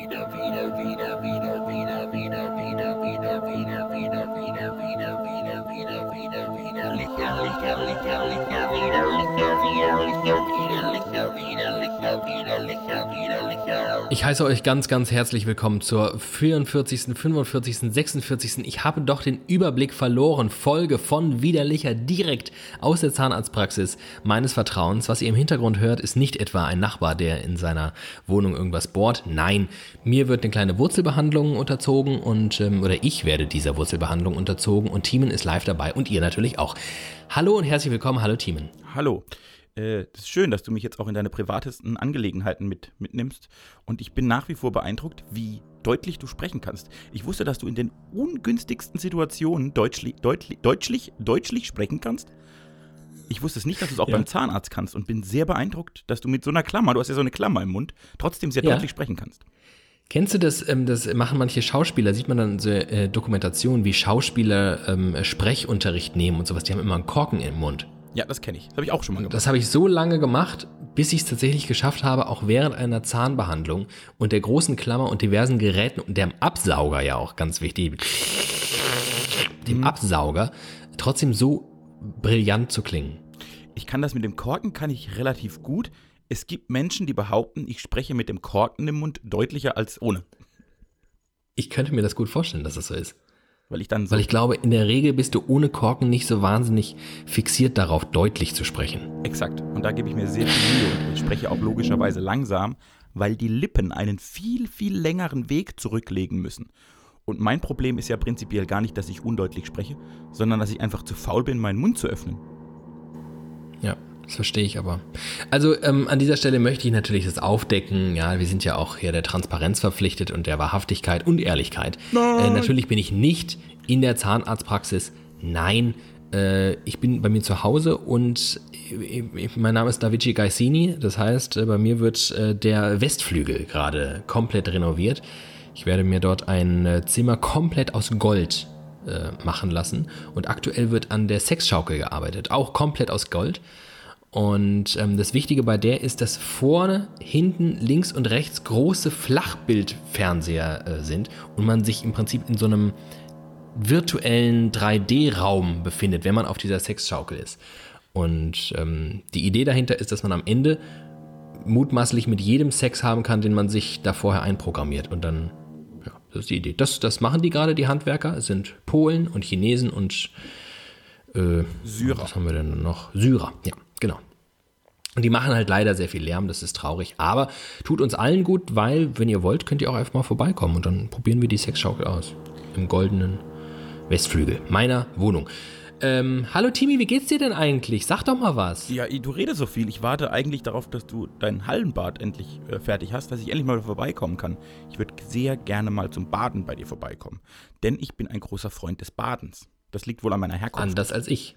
Ich heiße euch ganz, ganz herzlich willkommen zur 44., 45., 46. Ich habe doch den Überblick verloren. Folge von Widerlicher direkt aus der Zahnarztpraxis meines Vertrauens. Was ihr im Hintergrund hört, ist nicht etwa ein Nachbar, der in seiner Wohnung irgendwas bohrt. Nein, mir wird eine kleine Wurzelbehandlung unterzogen oder ich werde dieser Wurzelbehandlung unterzogen und Thiemen ist live dabei und ihr natürlich auch. Hallo und herzlich willkommen. Hallo Thiemen. Hallo. Das ist schön, dass du mich jetzt auch in deine privatesten Angelegenheiten mitnimmst. Und ich bin nach wie vor beeindruckt, wie deutlich du sprechen kannst. Ich wusste, dass du in den ungünstigsten Situationen deutlich sprechen kannst. Ich wusste es nicht, dass du es auch beim Zahnarzt kannst und bin sehr beeindruckt, dass du mit so einer Klammer, du hast ja so eine Klammer im Mund, trotzdem sehr deutlich sprechen kannst. Kennst du das, das machen manche Schauspieler, sieht man dann so Dokumentationen, wie Schauspieler Sprechunterricht nehmen und sowas, die haben immer einen Korken im Mund. Ja, das kenne ich. Das habe ich auch schon mal gemacht. Das habe ich so lange gemacht, bis ich es tatsächlich geschafft habe, auch während einer Zahnbehandlung und der großen Klammer und diversen Geräten und dem Absauger ja auch ganz wichtig, dem Absauger trotzdem so brillant zu klingen. Ich kann das mit dem Korken, kann ich relativ gut. Es gibt Menschen, die behaupten, ich spreche mit dem Korken im Mund deutlicher als ohne. Ich könnte mir das gut vorstellen, dass das so ist. Weil ich glaube, in der Regel bist du ohne Korken nicht so wahnsinnig fixiert darauf, deutlich zu sprechen. Exakt. Und da gebe ich mir sehr viel Mühe und ich spreche auch logischerweise langsam, weil die Lippen einen viel, viel längeren Weg zurücklegen müssen. Und mein Problem ist ja prinzipiell gar nicht, dass ich undeutlich spreche, sondern dass ich einfach zu faul bin, meinen Mund zu öffnen. Ja, das verstehe ich aber. Also an dieser Stelle möchte ich natürlich das aufdecken. Ja, wir sind ja auch hier der Transparenz verpflichtet und der Wahrhaftigkeit und Ehrlichkeit. Natürlich bin ich nicht in der Zahnarztpraxis. Nein, ich bin bei mir zu Hause und mein Name ist Davici Gaisini. Das heißt, bei mir wird der Westflügel gerade komplett renoviert. Ich werde mir dort ein Zimmer komplett aus Gold machen lassen. Und aktuell wird an der Sexschaukel gearbeitet, auch komplett aus Gold. Und das Wichtige bei der ist, dass vorne, hinten, links und rechts große Flachbildfernseher sind und man sich im Prinzip in so einem virtuellen 3D-Raum befindet, wenn man auf dieser Sexschaukel ist. Und die Idee dahinter ist, dass man am Ende mutmaßlich mit jedem Sex haben kann, den man sich da vorher einprogrammiert. Und dann, ja, das ist die Idee. Das machen die gerade, die Handwerker. Es sind Polen und Chinesen und Syrer. Was haben wir denn noch? Syrer, ja, genau. Und die machen halt leider sehr viel Lärm, das ist traurig. Aber tut uns allen gut, weil, wenn ihr wollt, könnt ihr auch einfach mal vorbeikommen. Und dann probieren wir die Sexschaukel aus. Im goldenen Westflügel meiner Wohnung. Hallo Timi, wie geht's dir denn eigentlich? Sag doch mal was. Ja, du redest so viel. Ich warte eigentlich darauf, dass du dein Hallenbad endlich fertig hast, dass ich endlich mal vorbeikommen kann. Ich würde sehr gerne mal zum Baden bei dir vorbeikommen. Denn ich bin ein großer Freund des Badens. Das liegt wohl an meiner Herkunft. Anders als ich.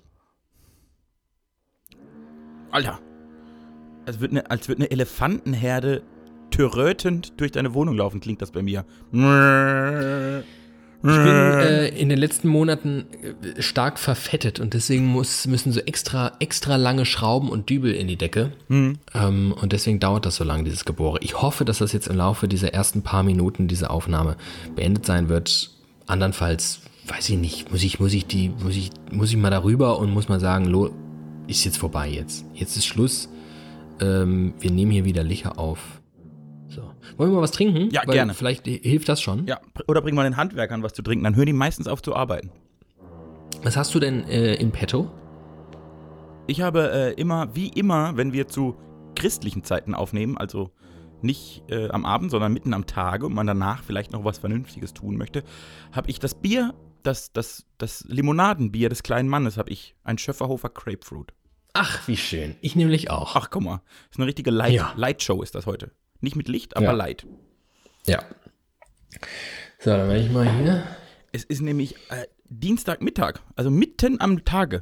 Alter, als würde eine Elefantenherde törötend durch deine Wohnung laufen, klingt das bei mir. Ich bin in den letzten Monaten stark verfettet und deswegen müssen so extra lange Schrauben und Dübel in die Decke. Und deswegen dauert das so lange, dieses Gebohre. Ich hoffe, dass das jetzt im Laufe dieser ersten paar Minuten dieser Aufnahme beendet sein wird. Andernfalls, weiß ich nicht, muss ich mal darüber und muss mal sagen, ist jetzt vorbei jetzt. Jetzt ist Schluss. Wir nehmen hier wieder Licher auf. So. Wollen wir mal was trinken? Ja, gerne. Vielleicht hilft das schon. Ja, oder bring mal den Handwerkern was zu trinken, dann hören die meistens auf zu arbeiten. Was hast du denn in petto? Ich habe wie immer, wenn wir zu christlichen Zeiten aufnehmen, also nicht am Abend, sondern mitten am Tage und man danach vielleicht noch was Vernünftiges tun möchte, habe ich das Bier, das Limonadenbier des kleinen Mannes, habe ich, ein Schöfferhofer Grapefruit. Ach, wie schön. Ich nämlich auch. Ach, guck mal, ist eine richtige Light-Show ist das heute. Nicht mit Licht, aber Light. Ja. So, dann werde ich mal hier. Es ist nämlich Dienstagmittag, also mitten am Tage.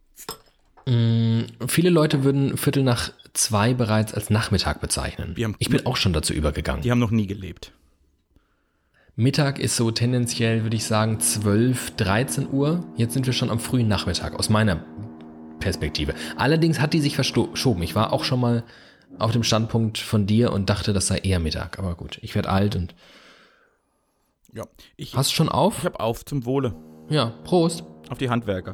Viele Leute würden 1:45 bereits als Nachmittag bezeichnen. Ich bin auch schon dazu übergegangen. Die haben noch nie gelebt. Mittag ist so tendenziell, würde ich sagen, 12, 13 Uhr. Jetzt sind wir schon am frühen Nachmittag, aus meiner Perspektive. Allerdings hat die sich verschoben. Ich war auch schon mal auf dem Standpunkt von dir und dachte, das sei eher Mittag. Aber gut, ich werde alt und. Ja, Hast du schon auf? Ich habe auf, zum Wohle. Ja, Prost. Auf die Handwerker.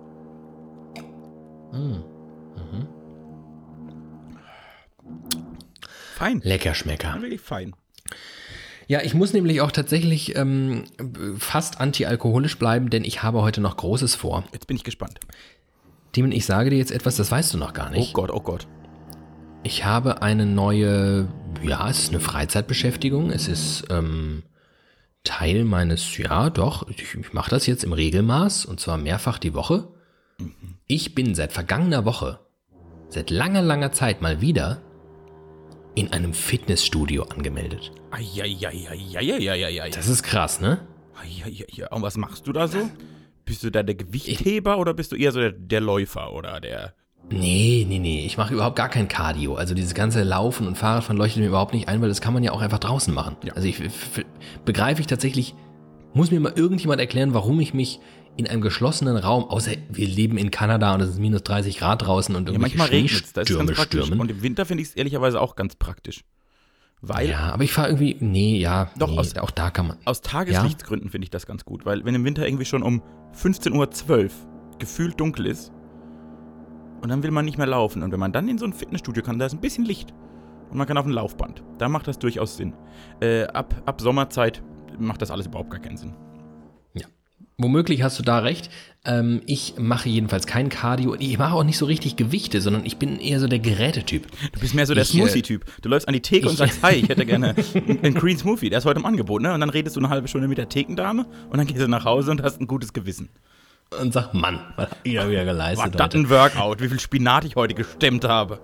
Fein. Lecker Schmecker. Wirklich fein. Ja, ich muss nämlich auch tatsächlich fast antialkoholisch bleiben, denn ich habe heute noch Großes vor. Jetzt bin ich gespannt. Demon, ich sage dir jetzt etwas, das weißt du noch gar nicht. Oh Gott. Ich habe eine neue, ja, es ist eine Freizeitbeschäftigung. Es ist Teil meines, ja doch, ich mache das jetzt im Regelmaß und zwar mehrfach die Woche. Ich bin seit vergangener Woche, seit langer Zeit mal wieder in einem Fitnessstudio angemeldet. Das ist krass, ne? Und was machst du da so? Bist du da der Gewichtheber oder bist du eher so der Läufer oder der... Nee. Ich mache überhaupt gar kein Cardio. Also dieses ganze Laufen und Fahrradfahren leuchtet mir überhaupt nicht ein, weil das kann man ja auch einfach draußen machen. Ja. Also begreife ich tatsächlich, muss mir mal irgendjemand erklären, warum ich mich in einem geschlossenen Raum, außer wir leben in Kanada und es ist minus 30 Grad draußen und irgendwelche Schneestürme stürmen. Und im Winter finde ich es ehrlicherweise auch ganz praktisch. Weil ja, aber ich fahre irgendwie, auch da kann man. Aus Tageslichtsgründen finde ich das ganz gut, weil wenn im Winter irgendwie schon um 15:12 Uhr gefühlt dunkel ist und dann will man nicht mehr laufen und wenn man dann in so ein Fitnessstudio kann, da ist ein bisschen Licht und man kann auf ein Laufband, da macht das durchaus Sinn. Ab Sommerzeit macht das alles überhaupt gar keinen Sinn. Ja, womöglich hast du da recht. Ich mache jedenfalls kein Cardio. Ich mache auch nicht so richtig Gewichte, sondern ich bin eher so der Gerätetyp. Du bist mehr so der Smoothie-Typ. Du läufst an die Theke und sagst, hi, ich hätte gerne einen Green Smoothie. Der ist heute im Angebot, ne? Und dann redest du eine halbe Stunde mit der Thekendame und dann gehst du nach Hause und hast ein gutes Gewissen. Und sag, Mann, was hab ich da wieder geleistet heute? War das ein Workout, wie viel Spinat ich heute gestemmt habe.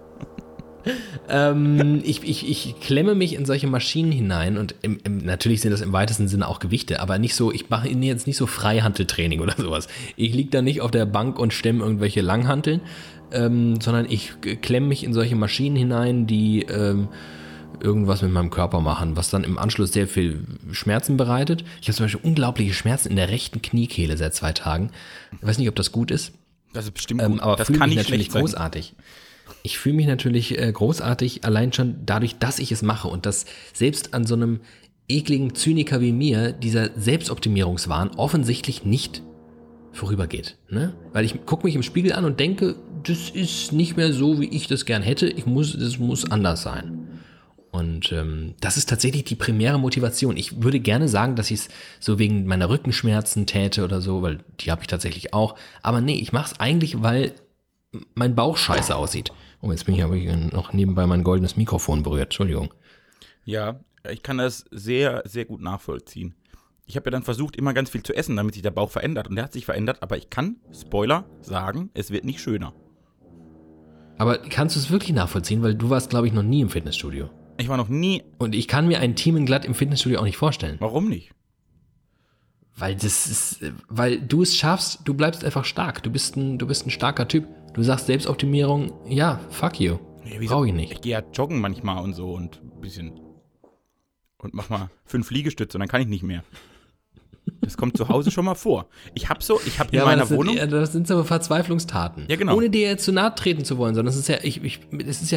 Ich klemme mich in solche Maschinen hinein und natürlich sind das im weitesten Sinne auch Gewichte, aber nicht so, ich mache jetzt nicht so Freihanteltraining oder sowas. Ich liege da nicht auf der Bank und stemme irgendwelche Langhanteln, sondern ich klemme mich in solche Maschinen hinein, die irgendwas mit meinem Körper machen, was dann im Anschluss sehr viel Schmerzen bereitet. Ich habe zum Beispiel unglaubliche Schmerzen in der rechten Kniekehle seit 2 Tagen. Ich weiß nicht, ob das gut ist. Das ist bestimmt gut. Aber das fühle kann mich nicht natürlich schlecht großartig. Ich fühle mich natürlich großartig, allein schon dadurch, dass ich es mache und dass selbst an so einem ekligen Zyniker wie mir dieser Selbstoptimierungswahn offensichtlich nicht vorübergeht. Ne? Weil ich gucke mich im Spiegel an und denke, das ist nicht mehr so, wie ich das gern hätte. Das muss anders sein. Und das ist tatsächlich die primäre Motivation. Ich würde gerne sagen, dass ich es so wegen meiner Rückenschmerzen täte oder so, weil die habe ich tatsächlich auch. Aber nee, ich mache es eigentlich, weil mein Bauch scheiße aussieht. Oh, jetzt bin ich aber noch nebenbei mein goldenes Mikrofon berührt. Entschuldigung. Ja, ich kann das sehr, sehr gut nachvollziehen. Ich habe ja dann versucht, immer ganz viel zu essen, damit sich der Bauch verändert. Und der hat sich verändert, aber ich kann, Spoiler, sagen, es wird nicht schöner. Aber kannst du es wirklich nachvollziehen? Weil du warst, glaube ich, noch nie im Fitnessstudio. Ich war noch nie. Und ich kann mir ein Team in Glatt im Fitnessstudio auch nicht vorstellen. Warum nicht? Weil du es schaffst, du bleibst einfach stark. Du bist ein starker Typ. Du sagst Selbstoptimierung, ja, fuck you. Ja, brauche ich nicht. Ich gehe ja joggen manchmal und so und ein bisschen und mach mal 5 Liegestütze und dann kann ich nicht mehr. Das kommt zu Hause schon mal vor. Ich habe in meiner Wohnung... Das sind so Verzweiflungstaten. Ja, genau. Ohne dir jetzt zu nahe treten zu wollen, sondern es ist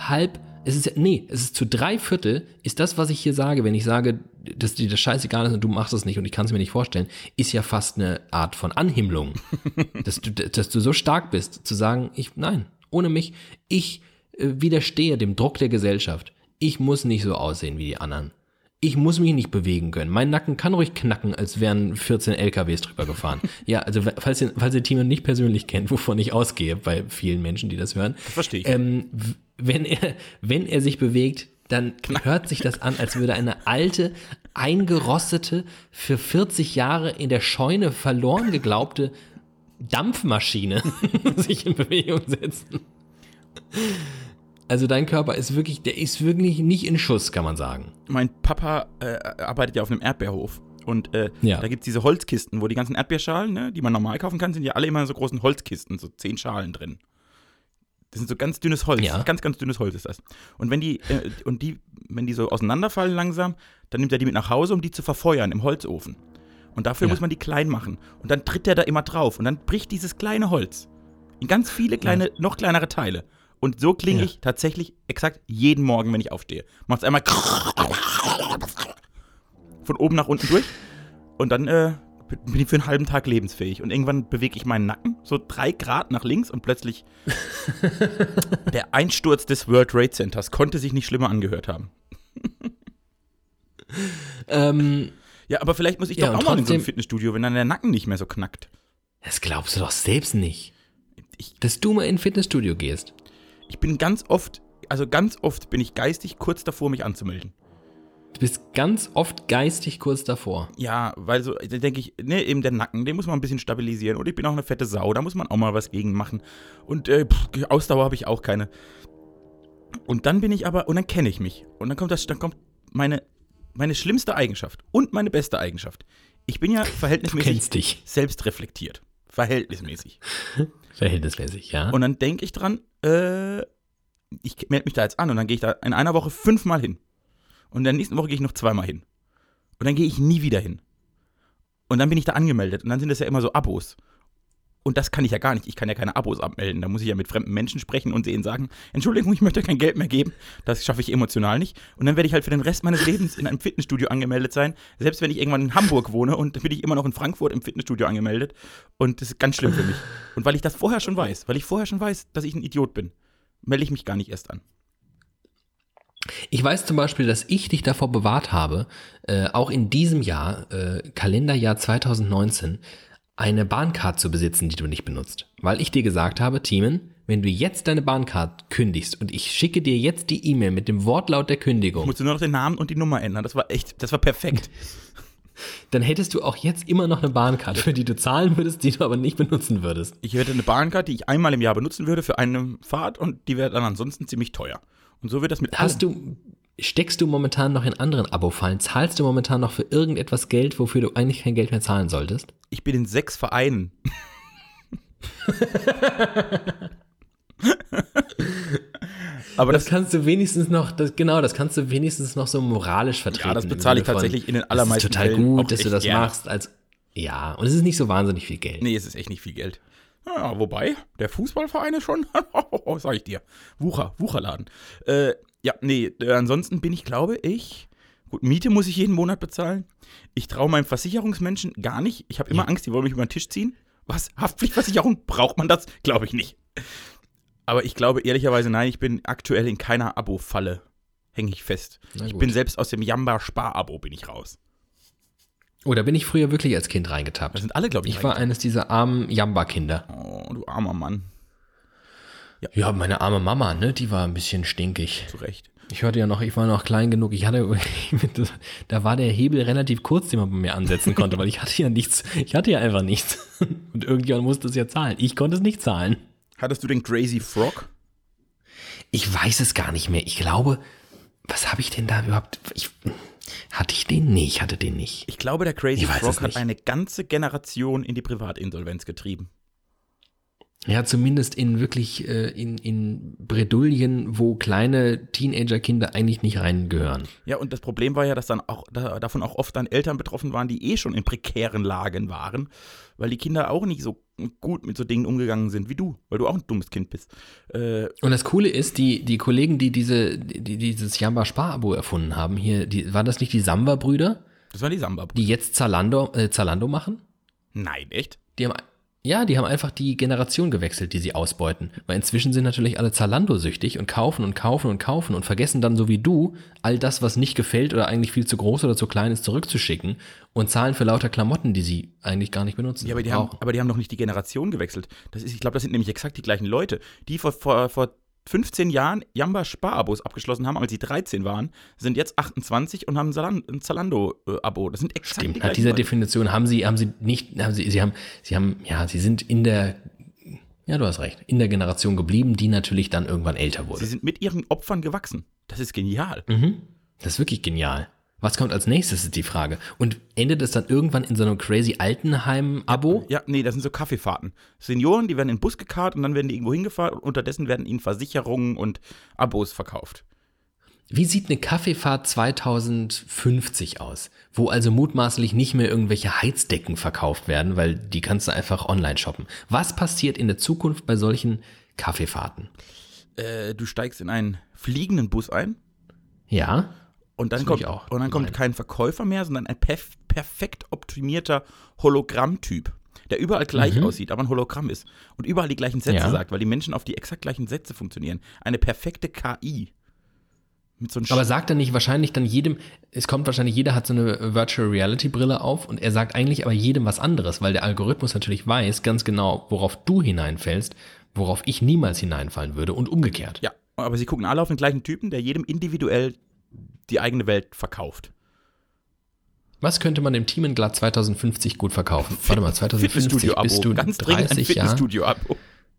zu 3/4 ist das, was ich hier sage, wenn ich sage, dass dir das scheißegal ist und du machst es nicht und ich kann es mir nicht vorstellen, ist ja fast eine Art von Anhimmlung. dass du so stark bist, zu sagen, nein, ohne mich, ich widerstehe dem Druck der Gesellschaft. Ich muss nicht so aussehen wie die anderen. Ich muss mich nicht bewegen können. Mein Nacken kann ruhig knacken, als wären 14 LKWs drüber gefahren. Ja, also falls ihr Timo nicht persönlich kennt, wovon ich ausgehe bei vielen Menschen, die das hören. Das verstehe ich. Wenn er sich bewegt, dann hört sich das an, als würde eine alte, eingerostete, für 40 Jahre in der Scheune verloren geglaubte Dampfmaschine sich in Bewegung setzen. Also dein Körper ist wirklich nicht in Schuss, kann man sagen. Mein Papa arbeitet ja auf einem Erdbeerhof. Und da gibt es diese Holzkisten, wo die ganzen Erdbeerschalen, ne, die man normal kaufen kann, sind ja alle immer in so großen Holzkisten, so 10 Schalen drin. Das sind so ganz dünnes Holz, ganz, ganz dünnes Holz ist das. Und wenn die so auseinanderfallen langsam, dann nimmt er die mit nach Hause, um die zu verfeuern im Holzofen. Und dafür muss man die klein machen. Und dann tritt er da immer drauf und dann bricht dieses kleine Holz in ganz viele kleine, noch kleinere Teile. Und so klinge ich tatsächlich exakt jeden Morgen, wenn ich aufstehe. Mach's einmal von oben nach unten durch und dann bin ich für einen halben Tag lebensfähig. Und irgendwann bewege ich meinen Nacken so 3 Grad nach links und plötzlich der Einsturz des World Trade Centers konnte sich nicht schlimmer angehört haben. Ja, aber vielleicht muss ich doch auch mal in so ein Fitnessstudio, wenn dann der Nacken nicht mehr so knackt. Das glaubst du doch selbst nicht. Dass du mal in ein Fitnessstudio gehst. Ich bin ganz oft bin ich geistig kurz davor, mich anzumelden. Du bist ganz oft geistig kurz davor. Ja, weil so, da denke ich, ne, eben der Nacken, den muss man ein bisschen stabilisieren. Und ich bin auch eine fette Sau, da muss man auch mal was gegen machen. Und Ausdauer habe ich auch keine. Und dann dann kenne ich mich. Und dann kommt meine schlimmste Eigenschaft und meine beste Eigenschaft. Ich bin ja verhältnismäßig selbstreflektiert. Verhältnismäßig, ja. Und dann denke ich dran, ich melde mich da jetzt an und dann gehe ich da in einer Woche 5-mal hin. Und in der nächsten Woche gehe ich noch 2-mal hin. Und dann gehe ich nie wieder hin. Und dann bin ich da angemeldet. Und dann sind das ja immer so Abos. Und das kann ich ja gar nicht. Ich kann ja keine Abos abmelden. Da muss ich ja mit fremden Menschen sprechen und denen sagen, Entschuldigung, ich möchte kein Geld mehr geben. Das schaffe ich emotional nicht. Und dann werde ich halt für den Rest meines Lebens in einem Fitnessstudio angemeldet sein. Selbst wenn ich irgendwann in Hamburg wohne und dann bin ich immer noch in Frankfurt im Fitnessstudio angemeldet. Und das ist ganz schlimm für mich. Und weil ich das vorher schon weiß, dass ich ein Idiot bin, melde ich mich gar nicht erst an. Ich weiß zum Beispiel, dass ich dich davor bewahrt habe, auch in diesem Jahr, Kalenderjahr 2019, eine Bahncard zu besitzen, die du nicht benutzt. Weil ich dir gesagt habe, Thiemen, wenn du jetzt deine Bahncard kündigst und ich schicke dir jetzt die E-Mail mit dem Wortlaut der Kündigung. Musst du nur noch den Namen und die Nummer ändern. Das war perfekt. Dann hättest du auch jetzt immer noch eine Bahncard, für die du zahlen würdest, die du aber nicht benutzen würdest. Ich hätte eine Bahncard, die ich einmal im Jahr benutzen würde für eine Fahrt und die wäre dann ansonsten ziemlich teuer. Und so wird das mit allem. Steckst du momentan noch in anderen Abo-Fallen? Zahlst du momentan noch für irgendetwas Geld, wofür du eigentlich kein Geld mehr zahlen solltest? Ich bin in 6 Vereinen. Aber das kannst du wenigstens noch, das kannst du wenigstens noch so moralisch vertreten. Ja, das bezahle ich tatsächlich in den allermeisten Fällen. Es ist total gut, dass du das gerne machst. Und es ist nicht so wahnsinnig viel Geld. Nee, es ist echt nicht viel Geld. Ja, wobei, der Fußballverein ist schon, sag ich dir, Wucherladen. Ansonsten bin ich, glaube ich, gut, Miete muss ich jeden Monat bezahlen. Ich traue meinem Versicherungsmenschen gar nicht. Ich habe immer Angst, die wollen mich über den Tisch ziehen. Was? Haftpflichtversicherung? Braucht man das? Glaube ich nicht. Aber ich glaube ehrlicherweise, nein, ich bin aktuell in keiner Abo-Falle. Hänge ich fest. Ich bin selbst aus dem Jamba-Spar-Abo bin ich raus. Oh, da bin ich früher wirklich als Kind reingetappt. Da sind alle, glaube ich, Ich war eines dieser armen Jamba-Kinder. Oh, du armer Mann. Ja, meine arme Mama, ne, die war ein bisschen stinkig. Zu Recht. Ich war noch klein genug. Da war der Hebel relativ kurz, den man bei mir ansetzen konnte, weil ich hatte ja einfach nichts. Und irgendjemand musste es ja zahlen. Ich konnte es nicht zahlen. Hattest du den Crazy Frog? Ich weiß es gar nicht mehr. Ich glaube, was habe ich denn da überhaupt? Hatte ich den? Nee, ich hatte den nicht. Ich glaube, der Crazy Frog hat eine ganze Generation in die Privatinsolvenz getrieben. Ja, zumindest in wirklich in Bredouillen, wo kleine Teenagerkinder eigentlich nicht reingehören. Ja, und das Problem war ja, dass dann auch davon auch oft dann Eltern betroffen waren, die schon in prekären Lagen waren, weil die Kinder auch nicht so gut mit so Dingen umgegangen sind wie du, weil du auch ein dummes Kind bist. Und das Coole ist, die Kollegen, die dieses Jamba-Spar-Abo erfunden haben, waren das nicht die Samba-Brüder? Das waren die Samba-Brüder. Die jetzt Zalando machen? Nein, echt? Die haben einfach die Generation gewechselt, die sie ausbeuten. Weil inzwischen sind natürlich alle Zalando-süchtig und kaufen und vergessen dann so wie du, all das, was nicht gefällt oder eigentlich viel zu groß oder zu klein ist, zurückzuschicken und zahlen für lauter Klamotten, die sie eigentlich gar nicht benutzen. Ja, aber die haben noch nicht die Generation gewechselt. Ich glaube, das sind nämlich exakt die gleichen Leute, die vor 15 Jahren Jamba-Spar-Abos abgeschlossen haben, als sie 13 waren, sind jetzt 28 und haben ein Zalando-Abo. Das sind exakt Stimmt, die nach gleichen dieser Leute. Definition sie sind in der, ja, du hast recht, in der Generation geblieben, die natürlich dann irgendwann älter wurde. Sie sind mit ihren Opfern gewachsen. Das ist genial. Das ist wirklich genial. Was kommt als nächstes, ist die Frage. Und endet es dann irgendwann in so einem crazy Altenheim-Abo? Ja, nee, das sind so Kaffeefahrten. Senioren, die werden in den Bus gekarrt und dann werden die irgendwo hingefahren und unterdessen werden ihnen Versicherungen und Abos verkauft. Wie sieht eine Kaffeefahrt 2050 aus? Wo also mutmaßlich nicht mehr irgendwelche Heizdecken verkauft werden, weil die kannst du einfach online shoppen. Was passiert in der Zukunft bei solchen Kaffeefahrten? Du steigst in einen fliegenden Bus ein. Ja. Und dann kommt kein Verkäufer mehr, sondern ein perfekt optimierter Hologrammtyp, der überall gleich aussieht, aber ein Hologramm ist und überall die gleichen Sätze sagt, weil die Menschen auf die exakt gleichen Sätze funktionieren. Eine perfekte KI. Mit so aber sagt er nicht wahrscheinlich dann jedem, es kommt wahrscheinlich, jeder hat so eine Virtual Reality Brille auf und er sagt eigentlich aber jedem was anderes, weil der Algorithmus natürlich weiß ganz genau, worauf du hineinfällst, worauf ich niemals hineinfallen würde und umgekehrt. Ja, aber sie gucken alle auf den gleichen Typen, der jedem individuell die eigene Welt verkauft. Was könnte man dem Team in Glatt 2050 gut verkaufen? Warte mal, 2050 bist du ganz dringend 30 ein Fitnessstudio-Abo.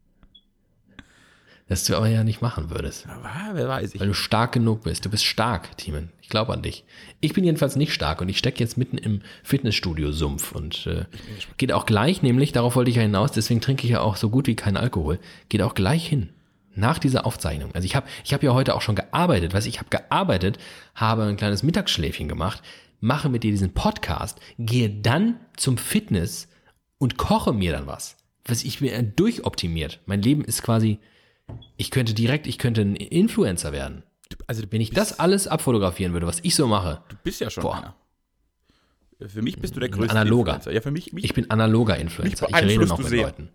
Das du aber ja nicht machen würdest. Aber wer weiß ich. Weil du stark genug bist. Du bist stark, Timon. Ich glaube an dich. Ich bin jedenfalls nicht stark und ich stecke jetzt mitten im Fitnessstudio-Sumpf und geht auch gleich, nämlich, darauf wollte ich ja hinaus, deswegen trinke ich ja auch so gut wie keinen Alkohol, geht auch gleich hin. Nach dieser Aufzeichnung. Also ich hab ja heute auch schon gearbeitet. Ich habe gearbeitet, habe ein kleines Mittagsschläfchen gemacht, mache mit dir diesen Podcast, gehe dann zum Fitness und koche mir dann was ich mir durchoptimiert. Mein Leben ist quasi, ich könnte ein Influencer werden. Also wenn ich das alles abfotografieren würde, was ich so mache. Du bist ja schon einer. Für mich bist du der größte analoger Influencer. Ja, für mich ich bin analoger Influencer. Ich rede noch mit Leuten.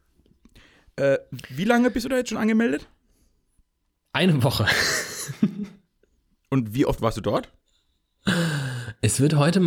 Wie lange bist du da jetzt schon angemeldet? Eine Woche. Und wie oft warst du dort? Es wird heute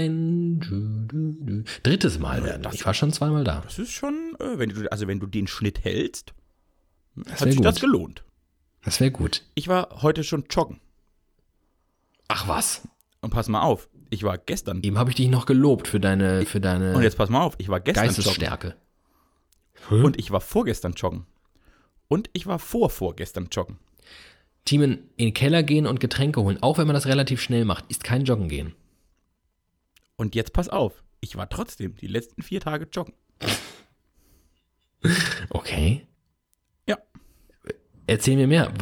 mein 3. Mal werden. Ich war schon 2-mal da. Das ist schon, wenn du den Schnitt hältst, hat sich das gelohnt. Das wäre gut. Ich war heute schon joggen. Ach was. Und pass mal auf, ich war gestern. Eben habe ich dich noch gelobt für deine und jetzt pass mal auf, ich war gestern Geistesstärke. Joggen. Und ich war vorgestern joggen. Und ich war vorgestern joggen. Timon, in den Keller gehen und Getränke holen, auch wenn man das relativ schnell macht, ist kein Joggen gehen. Und jetzt pass auf, ich war trotzdem die letzten 4 Tage joggen. Okay. Ja. Erzähl mir mehr.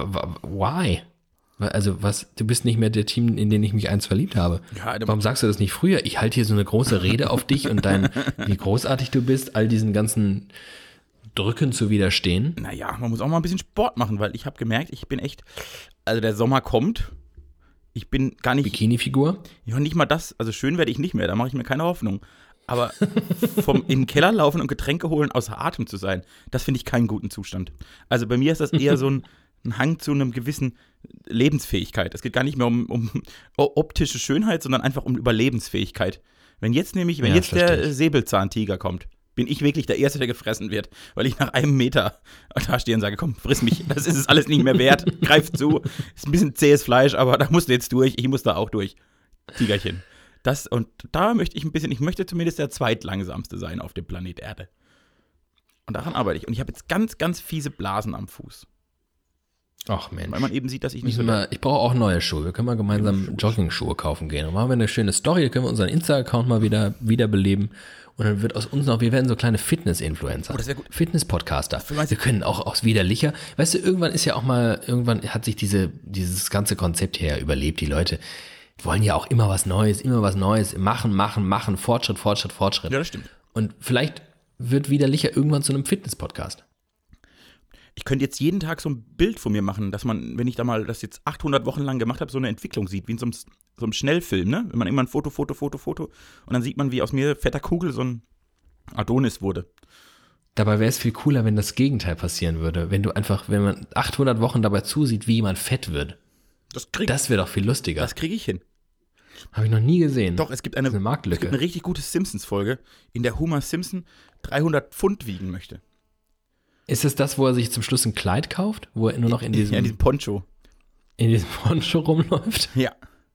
Why? Also du bist nicht mehr der Team, in den ich mich einst verliebt habe. Ja, warum sagst du das nicht früher? Ich halte hier so eine große Rede auf dich und wie großartig du bist, all diesen ganzen Drücken zu widerstehen. Naja, man muss auch mal ein bisschen Sport machen, weil ich habe gemerkt, ich bin echt, also der Sommer kommt, ich bin gar nicht. Bikini-Figur? Ja, nicht mal das, also schön werde ich nicht mehr, da mache ich mir keine Hoffnung. Aber in den Keller laufen und Getränke holen, außer Atem zu sein, das finde ich keinen guten Zustand. Also bei mir ist das eher so ein Hang zu einem gewissen Lebensfähigkeit. Es geht gar nicht mehr um optische Schönheit, sondern einfach um Überlebensfähigkeit. Wenn jetzt der Säbelzahntiger kommt, bin ich wirklich der Erste, der gefressen wird, weil ich nach einem Meter da stehe und sage, komm, friss mich, das ist es alles nicht mehr wert, greif zu, ist ein bisschen zähes Fleisch, aber da musst du jetzt durch, ich muss da auch durch, Tigerchen. Und da möchte ich möchte zumindest der Zweitlangsamste sein auf dem Planet Erde. Und daran arbeite ich. Und ich habe jetzt ganz, ganz fiese Blasen am Fuß. Ach Mensch. Weil man eben sieht, dass ich nicht ich brauche auch neue Schuhe. Wir können mal gemeinsam Jogging-Schuhe kaufen gehen. Und machen wir eine schöne Story, da können wir unseren Insta-Account mal wiederbeleben. Und dann wird aus uns noch, wir werden so kleine Fitness-Influencer. Oh, das wäre gut. Fitness-Podcaster. Wir können auch aus widerlicher, weißt du, irgendwann hat sich dieses ganze Konzept her überlebt. Die Leute wollen ja auch immer was Neues, machen, Fortschritt. Ja, das stimmt. Und vielleicht wird widerlicher irgendwann zu einem Fitness-Podcast. Ich könnte jetzt jeden Tag so ein Bild von mir machen, dass man, wenn ich da mal das jetzt 800 Wochen lang gemacht habe, so eine Entwicklung sieht, wie in so einem Schnellfilm, ne? Wenn man immer ein Foto und dann sieht man, wie aus mir fetter Kugel so ein Adonis wurde. Dabei wäre es viel cooler, wenn das Gegenteil passieren würde, wenn man 800 Wochen dabei zusieht, wie jemand fett wird. Das wäre doch viel lustiger. Das kriege ich hin. Habe ich noch nie gesehen. Doch, es gibt eine Marktlücke. Es gibt eine richtig gute Simpsons-Folge, in der Homer Simpson 300 Pfund wiegen möchte. Ist es das, wo er sich zum Schluss ein Kleid kauft? Wo er nur noch in diesem Poncho. In diesem Poncho rumläuft? Ja.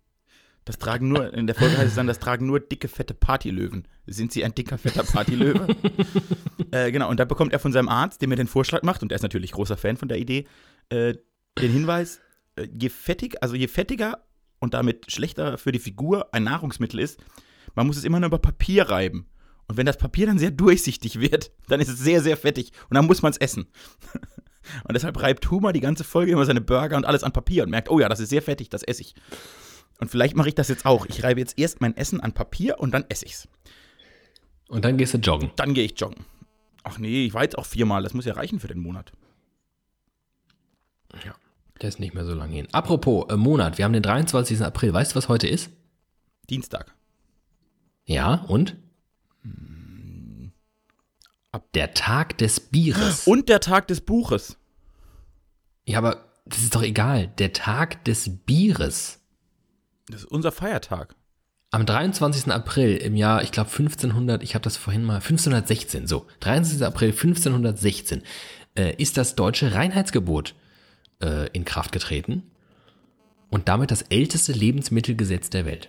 In der Folge heißt es dann, das tragen nur dicke, fette Partylöwen. Sind Sie ein dicker, fetter Partylöwe? Genau, und da bekommt er von seinem Arzt, dem er den Vorschlag macht, und er ist natürlich großer Fan von der Idee, den Hinweis, je fettiger und damit schlechter für die Figur ein Nahrungsmittel ist, man muss es immer nur über Papier reiben. Und wenn das Papier dann sehr durchsichtig wird, dann ist es sehr, sehr fettig. Und dann muss man es essen. Und deshalb reibt Homer die ganze Folge immer seine Burger und alles an Papier und merkt, oh ja, das ist sehr fettig, das esse ich. Und vielleicht mache ich das jetzt auch. Ich reibe jetzt erst mein Essen an Papier und dann esse ich's. Und dann gehst du joggen. Dann gehe ich joggen. Ach nee, ich war jetzt auch 4-mal. Das muss ja reichen für den Monat. Ja, der ist nicht mehr so lange hin. Apropos Monat, wir haben den 23. April. Weißt du, was heute ist? Dienstag. Ja, und? Der Tag des Bieres. Und der Tag des Buches. Ja, aber das ist doch egal. Der Tag des Bieres. Das ist unser Feiertag. Am 23. April im Jahr, ich glaube 1516, so, 23. April 1516 ist das deutsche Reinheitsgebot in Kraft getreten und damit das älteste Lebensmittelgesetz der Welt.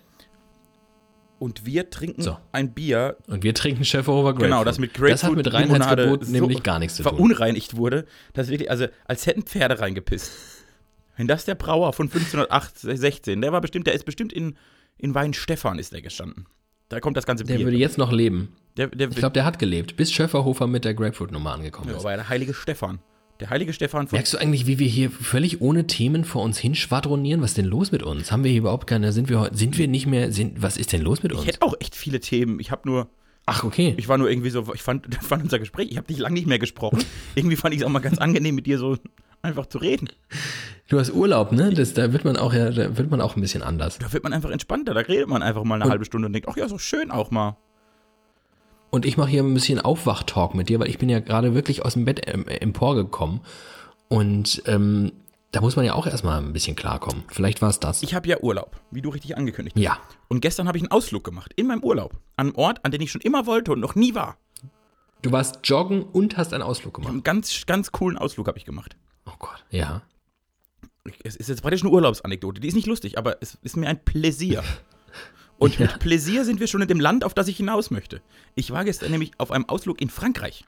Und wir trinken ein Bier. Und wir trinken Schäferhofer Grapefruit. Genau, das mit Grapefruit. Das hat mit Reinheitsgebot nämlich gar nichts zu tun. Verunreinigt wurde, dass wirklich, also als hätten Pferde reingepisst. Wenn das der Brauer von 1516, der ist bestimmt in Weinstefan ist der gestanden. Da kommt das ganze Bier. Der würde jetzt noch leben. Ich glaube, der hat gelebt, bis Schäferhofer mit der Grapefruit-Nummer angekommen ist. Aber der heilige Stefan. Der heilige Stefan von. Merkst du eigentlich, wie wir hier völlig ohne Themen vor uns hinschwadronieren? Was ist denn los mit uns? Haben wir hier überhaupt keine, sind wir nicht mehr, was ist denn los mit uns? Ich hätte auch echt viele Themen. Ich habe nur. Ach, okay. Ich war nur irgendwie so, ich fand unser Gespräch, ich habe dich lange nicht mehr gesprochen. Irgendwie fand ich es auch mal ganz angenehm, mit dir so einfach zu reden. Du hast Urlaub, ne? Da wird man auch ein bisschen anders. Da wird man einfach entspannter, da redet man einfach mal eine halbe Stunde und denkt, ach ja, so schön auch mal. Und ich mache hier ein bisschen Aufwachtalk mit dir, weil ich bin ja gerade wirklich aus dem Bett emporgekommen. Und da muss man ja auch erstmal ein bisschen klarkommen. Vielleicht war es das. Ich habe ja Urlaub, wie du richtig angekündigt hast. Ja. Und gestern habe ich einen Ausflug gemacht, in meinem Urlaub. An einem Ort, an den ich schon immer wollte und noch nie war. Du warst joggen und hast einen Ausflug gemacht. Einen ganz, ganz coolen Ausflug habe ich gemacht. Oh Gott, ja. Es ist jetzt praktisch eine Urlaubsanekdote. Die ist nicht lustig, aber es ist mir ein Pläsier. Und mit Pläsier sind wir schon in dem Land, auf das ich hinaus möchte. Ich war gestern nämlich auf einem Ausflug in Frankreich.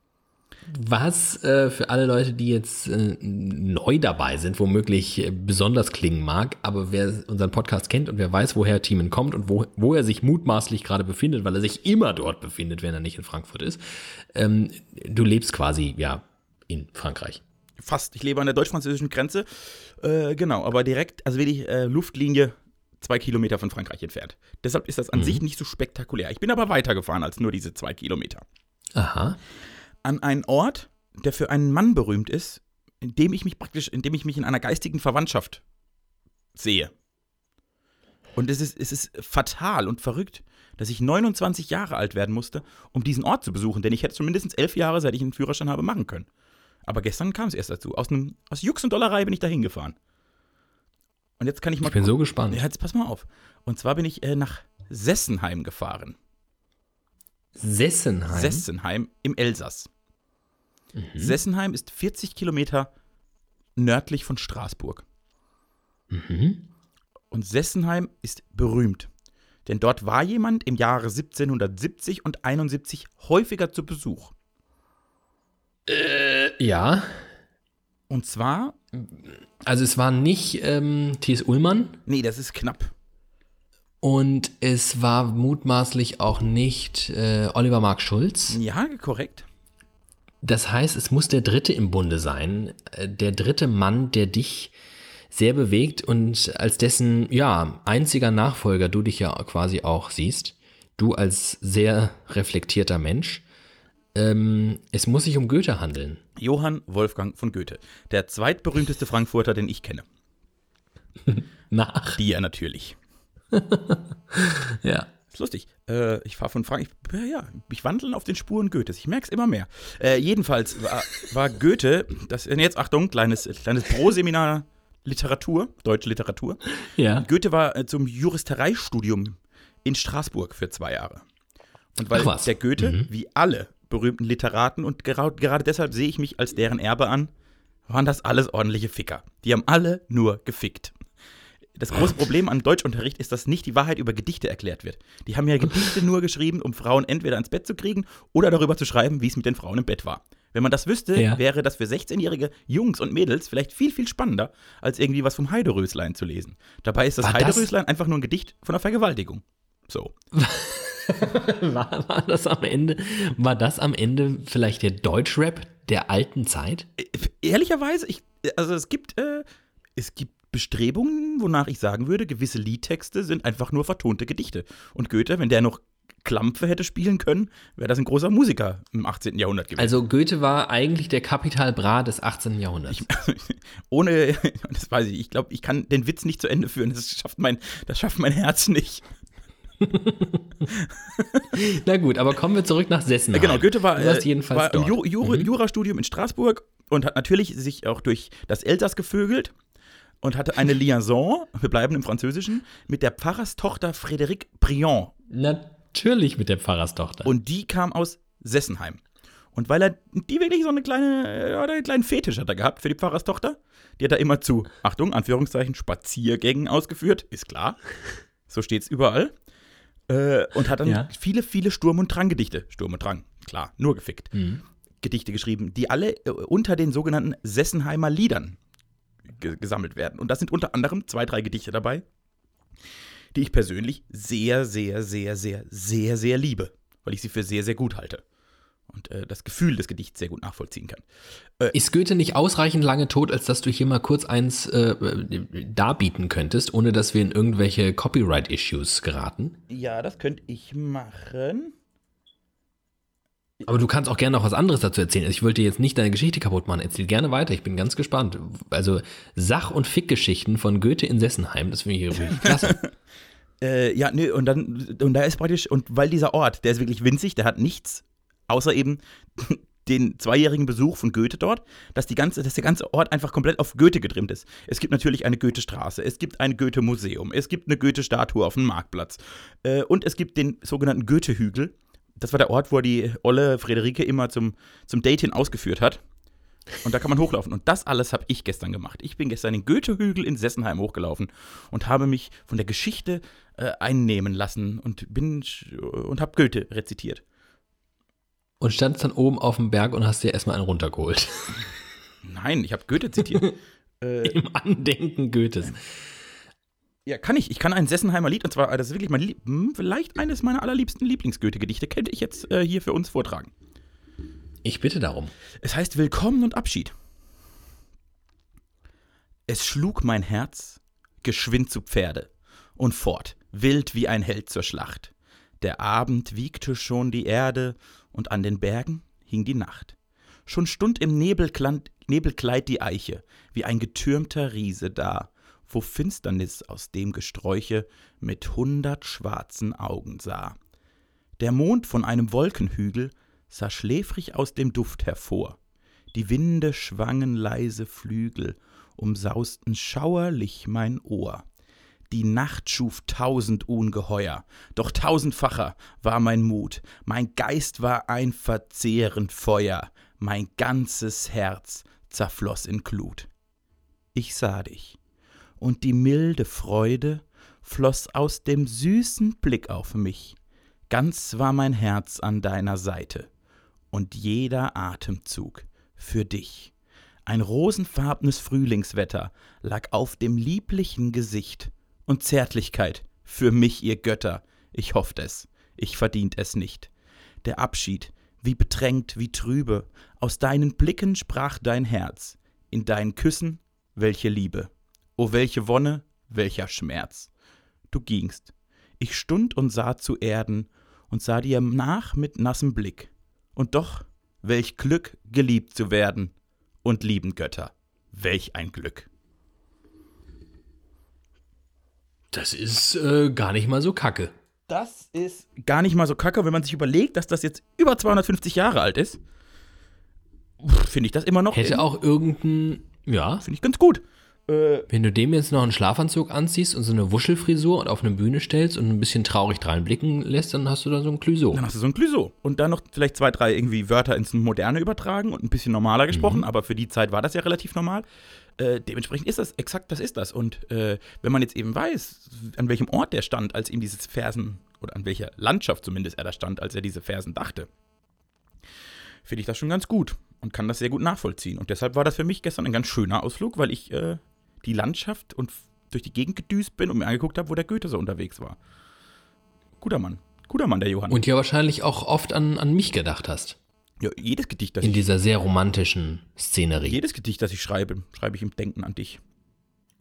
Was für alle Leute, die jetzt neu dabei sind, womöglich besonders klingen mag, aber wer unseren Podcast kennt und wer weiß, woher Thiemen kommt und wo er sich mutmaßlich gerade befindet, weil er sich immer dort befindet, wenn er nicht in Frankfurt ist, du lebst quasi, ja, in Frankreich. Fast. Ich lebe an der deutsch-französischen Grenze. Genau, aber direkt, also wirklich Luftlinie 2 Kilometer von Frankreich entfernt. Deshalb ist das an sich nicht so spektakulär. Ich bin aber weitergefahren als nur diese 2 Kilometer. Aha. An einen Ort, der für einen Mann berühmt ist, in dem ich mich in einer geistigen Verwandtschaft sehe. Und es ist fatal und verrückt, dass ich 29 Jahre alt werden musste, um diesen Ort zu besuchen. Denn ich hätte schon mindestens 11 Jahre, seit ich einen Führerschein habe, machen können. Aber gestern kam es erst dazu. Aus Jux und Dollerei bin ich da hingefahren. Und jetzt kann ich mal. Ich bin so gespannt. Ja, jetzt pass mal auf. Und zwar bin ich nach Sessenheim gefahren. Sessenheim? Sessenheim im Elsass. Sessenheim ist 40 Kilometer nördlich von Straßburg. Und Sessenheim ist berühmt. Denn dort war jemand im Jahre 1770 und 71 häufiger zu Besuch. Ja. Und zwar. Also es war nicht T.S. Ullmann. Nee, das ist knapp. Und es war mutmaßlich auch nicht Oliver Mark Schulz. Ja, korrekt. Das heißt, es muss der Dritte im Bunde sein. Der dritte Mann, der dich sehr bewegt und als dessen, ja, einziger Nachfolger du dich ja quasi auch siehst. Du als sehr reflektierter Mensch. Es muss sich um Goethe handeln. Johann Wolfgang von Goethe. Der zweitberühmteste Frankfurter, den ich kenne. Nach dir natürlich. Ja. Ist lustig. Ich fahre von Frankreich. Ich wandle auf den Spuren Goethes. Ich merke es immer mehr. Jedenfalls war Goethe, jetzt Achtung, kleines Pro-Seminar Literatur, deutsche Literatur. Ja. Goethe war zum Juristereistudium in Straßburg für 2 Jahre. Und weil der Goethe, wie alle berühmten Literaten, und gerade deshalb sehe ich mich als deren Erbe an, waren das alles ordentliche Ficker. Die haben alle nur gefickt. Das große Problem am Deutschunterricht ist, dass nicht die Wahrheit über Gedichte erklärt wird. Die haben ja Gedichte nur geschrieben, um Frauen entweder ins Bett zu kriegen oder darüber zu schreiben, wie es mit den Frauen im Bett war. Wenn man das wüsste, wäre das für 16-jährige Jungs und Mädels vielleicht viel, viel spannender, als irgendwie was vom Heideröslein zu lesen. Dabei ist das Heideröslein einfach nur ein Gedicht von einer Vergewaltigung. So. War das am Ende vielleicht der Deutschrap der alten Zeit? Ehrlicherweise, es gibt Bestrebungen, wonach ich sagen würde, gewisse Liedtexte sind einfach nur vertonte Gedichte. Und Goethe, wenn der noch Klampfe hätte spielen können, wäre das ein großer Musiker im 18. Jahrhundert gewesen. Also Goethe war eigentlich der Kapital Bra des 18. Jahrhunderts. Das weiß ich glaube, ich kann den Witz nicht zu Ende führen, das schafft mein Herz nicht. Na gut, aber kommen wir zurück nach Sessenheim. Genau, Goethe war im Jurastudium in Straßburg und hat natürlich sich auch durch das Elsass gevögelt und hatte eine Liaison, wir bleiben im Französischen, mit der Pfarrerstochter Frédérique Briand. Natürlich mit der Pfarrerstochter. Und die kam aus Sessenheim. Und weil er die wirklich so einen kleinen Fetisch hat er gehabt für die Pfarrerstochter, die hat er immer zu, Achtung, Anführungszeichen, Spaziergängen ausgeführt, ist klar, so steht's überall. Und hat dann viele, viele Sturm- und Drang-Gedichte, Sturm und Drang, klar, nur gefickt, Gedichte geschrieben, die alle unter den sogenannten Sessenheimer Liedern gesammelt werden. Und da sind unter anderem 2, 3 Gedichte dabei, die ich persönlich sehr, sehr, sehr, sehr, sehr, sehr liebe, weil ich sie für sehr, sehr gut halte. Und das Gefühl des Gedichts sehr gut nachvollziehen kann. Ist Goethe nicht ausreichend lange tot, als dass du hier mal kurz eins darbieten könntest, ohne dass wir in irgendwelche Copyright-Issues geraten? Ja, das könnte ich machen. Aber du kannst auch gerne noch was anderes dazu erzählen. Also ich wollte dir jetzt nicht deine Geschichte kaputt machen. Erzähl gerne weiter, ich bin ganz gespannt. Also Sach- und Fick-Geschichten von Goethe in Sessenheim, das finde ich wirklich klasse. Und da ist praktisch, und weil dieser Ort, der ist wirklich winzig, der hat nichts, außer eben den 2-jährigen Besuch von Goethe dort, dass der ganze Ort einfach komplett auf Goethe getrimmt ist. Es gibt natürlich eine Goethe-Straße, es gibt ein Goethe-Museum, es gibt eine Goethe-Statue auf dem Marktplatz und es gibt den sogenannten Goethe-Hügel. Das war der Ort, wo die olle Friederike immer zum Date hin ausgeführt hat. Und da kann man hochlaufen. Und das alles habe ich gestern gemacht. Ich bin gestern den Goethe-Hügel in Sessenheim hochgelaufen und habe mich von der Geschichte einnehmen lassen und habe Goethe rezitiert. Und standst dann oben auf dem Berg und hast dir erstmal einen runtergeholt. Nein, ich habe Goethe zitiert. Im Andenken Goethes. Ja, kann ich. Ich kann ein Sessenheimer Lied, und zwar, das ist wirklich vielleicht eines meiner allerliebsten Lieblings-Goethe-Gedichte, könnte ich jetzt hier für uns vortragen. Ich bitte darum. Es heißt Willkommen und Abschied. Es schlug mein Herz geschwind zu Pferde und fort, wild wie ein Held zur Schlacht. Der Abend wiegte schon die Erde und an den Bergen hing die Nacht. Schon stund im Nebelkleid die Eiche, wie ein getürmter Riese da, wo Finsternis aus dem Gesträuche mit 100 schwarzen Augen sah. Der Mond von einem Wolkenhügel sah schläfrig aus dem Duft hervor. Die Winde schwangen leise Flügel, umsausten schauerlich mein Ohr. Die Nacht schuf 1000 Ungeheuer, doch 1000-facher war mein Mut. Mein Geist war ein verzehrend Feuer, mein ganzes Herz zerfloss in Glut. Ich sah dich, und die milde Freude floss aus dem süßen Blick auf mich. Ganz war mein Herz an deiner Seite, und jeder Atemzug für dich. Ein rosenfarbenes Frühlingswetter lag auf dem lieblichen Gesicht, und Zärtlichkeit für mich, ihr Götter, ich hofft es, ich verdient es nicht. Der Abschied, wie bedrängt, wie trübe, aus deinen Blicken sprach dein Herz, in deinen Küssen, welche Liebe, o welche Wonne, welcher Schmerz. Du gingst, ich stund und sah zu Erden und sah dir nach mit nassem Blick, und doch, welch Glück, geliebt zu werden, und lieben Götter, welch ein Glück. Das ist gar nicht mal so kacke. Das ist gar nicht mal so kacke, wenn man sich überlegt, dass das jetzt über 250 Jahre alt ist. Finde ich das immer noch. Hätte auch irgendein, ja. Finde ich ganz gut. Wenn du dem jetzt noch einen Schlafanzug anziehst und so eine Wuschelfrisur und auf eine Bühne stellst und ein bisschen traurig dreinblicken lässt, dann hast du da so ein Clouseau. Dann hast du so ein Clouseau. Und dann noch vielleicht 2, 3 irgendwie Wörter ins Moderne übertragen und ein bisschen normaler gesprochen, aber für die Zeit war das ja relativ normal. Dementsprechend ist das, exakt das ist das. Und wenn man jetzt eben weiß, an welchem Ort der stand, als ihm diese Versen, oder an welcher Landschaft zumindest er da stand, als er diese Versen dachte, finde ich das schon ganz gut und kann das sehr gut nachvollziehen. Und deshalb war das für mich gestern ein ganz schöner Ausflug, weil ich die Landschaft und durch die Gegend gedüst bin und mir angeguckt habe, wo der Goethe so unterwegs war. Guter Mann, der Johann. Und ja wahrscheinlich auch oft an mich gedacht hast. Ja, jedes Gedicht, in dieser sehr romantischen Szenerie. Jedes Gedicht, das ich schreibe ich im Denken an dich.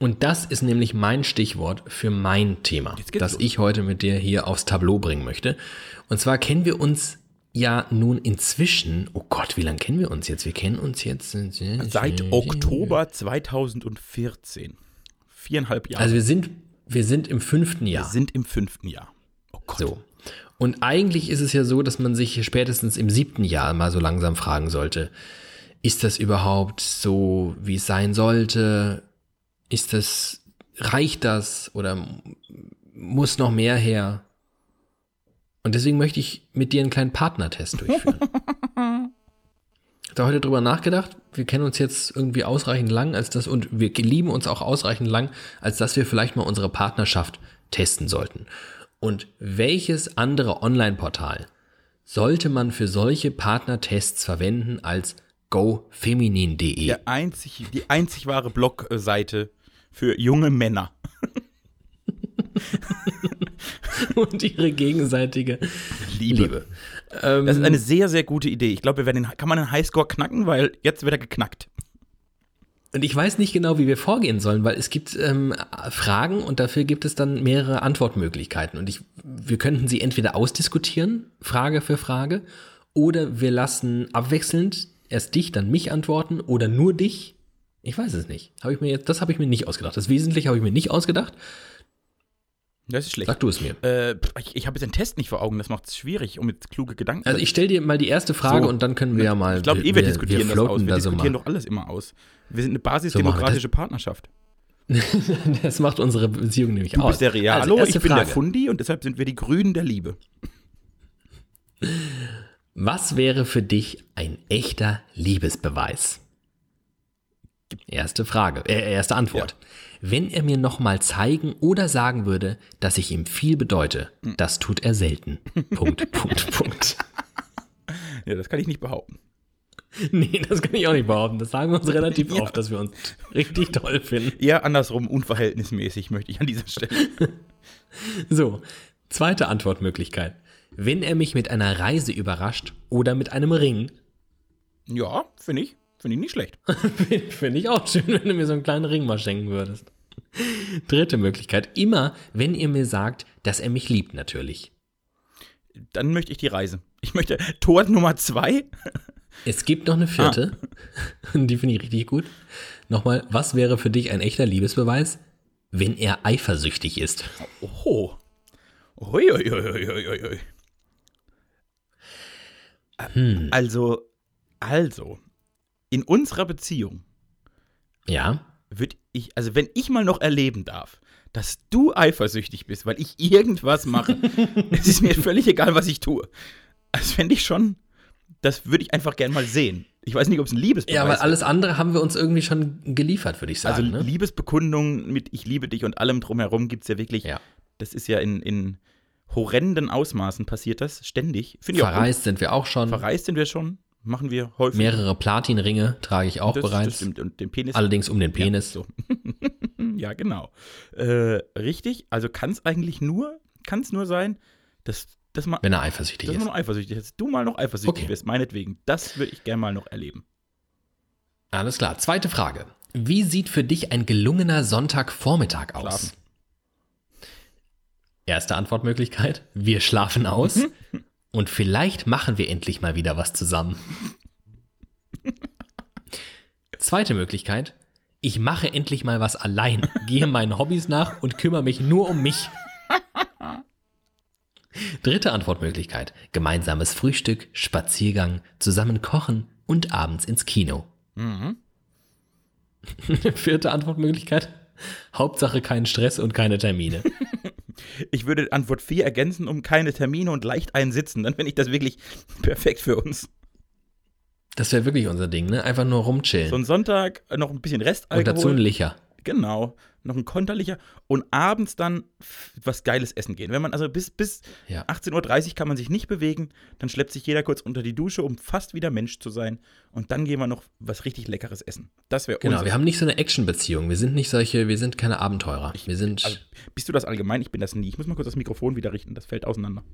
Und das ist nämlich mein Stichwort für mein Thema, das ich heute mit dir hier aufs Tableau bringen möchte. Und zwar kennen wir uns ja nun inzwischen, oh Gott, wie lange kennen wir uns jetzt? Wir kennen uns jetzt seit Oktober 2014. 4,5 Jahre. Also wir sind im 5. Jahr. Wir sind im 5. Jahr. Oh Gott. So. Und eigentlich ist es ja so, dass man sich spätestens im 7. Jahr mal so langsam fragen sollte, ist das überhaupt so, wie es sein sollte? Reicht das oder muss noch mehr her? Und deswegen möchte ich mit dir einen kleinen Partnertest durchführen. Ich habe da heute drüber nachgedacht, wir kennen uns jetzt irgendwie ausreichend lang, und wir lieben uns auch ausreichend lang, als dass wir vielleicht mal unsere Partnerschaft testen sollten. Und welches andere Online-Portal sollte man für solche Partnertests verwenden als gofeminin.de? Die einzig wahre Blogseite für junge Männer. Und ihre gegenseitige Liebe. Das ist eine sehr, sehr gute Idee. Ich glaube, kann man den Highscore knacken, weil jetzt wird er geknackt. Und ich weiß nicht genau, wie wir vorgehen sollen, weil es gibt Fragen und dafür gibt es dann mehrere Antwortmöglichkeiten. Und wir könnten sie entweder ausdiskutieren, Frage für Frage, oder wir lassen abwechselnd erst dich, dann mich antworten oder nur dich. Ich weiß es nicht. Das habe ich mir nicht ausgedacht. Das Wesentliche habe ich mir nicht ausgedacht. Das ist schlecht. Sag du es mir. Ich habe jetzt den Test nicht vor Augen, das macht es schwierig, um jetzt kluge Gedanken. Also ich stelle dir mal die erste Frage und dann können wir ja mal. Ich glaube, wir diskutieren das aus. Wir diskutieren so doch alles immer aus. Wir sind eine basisdemokratische Partnerschaft. Das macht unsere Beziehung nämlich aus. Du bist der Realo, also ich bin der Fundi und deshalb sind wir die Grünen der Liebe. Was wäre für dich ein echter Liebesbeweis? Erste Antwort. Ja. Wenn er mir nochmal zeigen oder sagen würde, dass ich ihm viel bedeute, das tut er selten. Punkt. Ja, das kann ich nicht behaupten. Nee, das kann ich auch nicht behaupten. Das sagen wir uns relativ oft, dass wir uns richtig toll finden. Eher andersrum, unverhältnismäßig, möchte ich an dieser Stelle. So, zweite Antwortmöglichkeit. Wenn er mich mit einer Reise überrascht oder mit einem Ring. Ja, finde ich nicht schlecht. Finde ich auch schön, wenn du mir so einen kleinen Ring mal schenken würdest. Dritte Möglichkeit. Immer, wenn ihr mir sagt, dass er mich liebt, natürlich. Dann möchte ich die Reise. Ich möchte Tor Nummer 2. Es gibt noch eine vierte. Die finde ich richtig gut. Nochmal, was wäre für dich ein echter Liebesbeweis, wenn er eifersüchtig ist? Oh. Ui. Also, in unserer Beziehung würde wenn ich mal noch erleben darf, dass du eifersüchtig bist, weil ich irgendwas mache, es ist mir völlig egal, was ich tue. Das fände ich schon, das würde ich einfach gerne mal sehen. Ich weiß nicht, ob es ein Liebesbeweis ist. Ja, weil alles andere haben wir uns irgendwie schon geliefert, würde ich sagen. Also Liebesbekundungen mit ich liebe dich und allem drumherum gibt es ja wirklich, das ist ja in horrenden Ausmaßen passiert das, ständig. Verreist sind wir auch schon. Machen wir häufig. Mehrere Platinringe trage ich auch bereits. Das stimmt. Und den Penis. Allerdings um den Penis. Ja, so. Ja, genau. Richtig, also kann es nur sein, dass man. Wenn er eifersüchtig ist. Dass du mal noch eifersüchtig bist, meinetwegen. Das würde ich gerne mal noch erleben. Alles klar. Zweite Frage. Wie sieht für dich ein gelungener Sonntagvormittag aus? Schlafen. Erste Antwortmöglichkeit. Wir schlafen aus. Und vielleicht machen wir endlich mal wieder was zusammen. Zweite Möglichkeit. Ich mache endlich mal was allein, gehe meinen Hobbys nach und kümmere mich nur um mich. Dritte Antwortmöglichkeit. Gemeinsames Frühstück, Spaziergang, zusammen kochen und abends ins Kino. Vierte Antwortmöglichkeit. Hauptsache keinen Stress und keine Termine. Ich würde Antwort 4 ergänzen um keine Termine und leicht einsitzen. Dann finde ich das wirklich perfekt für uns. Das wäre wirklich unser Ding, ne? Einfach nur rumchillen. So ein Sonntag, noch ein bisschen Restalkohol. Und dazu ein Licher. Genau, noch ein Konterlicher. Und abends dann was Geiles essen gehen. Wenn man also bis 18:30 Uhr kann man sich nicht bewegen, dann schleppt sich jeder kurz unter die Dusche, um fast wieder Mensch zu sein. Und dann gehen wir noch was richtig Leckeres essen. Das wäre Genau, wir haben nicht so eine Action-Beziehung. Wir sind keine Abenteurer. Bist du das allgemein? Ich bin das nie. Ich muss mal kurz das Mikrofon wieder richten, das fällt auseinander.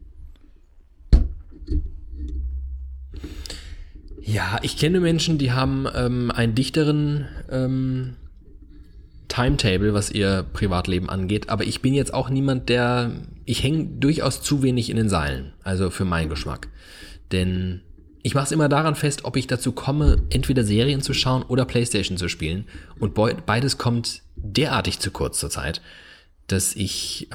Ja, ich kenne Menschen, die haben einen dichteren Timetable, was ihr Privatleben angeht, aber ich bin jetzt auch niemand, ich hänge durchaus zu wenig in den Seilen, also für meinen Geschmack. Denn ich mache es immer daran fest, ob ich dazu komme, entweder Serien zu schauen oder Playstation zu spielen. Und beides kommt derartig zu kurz zur Zeit, dass ich,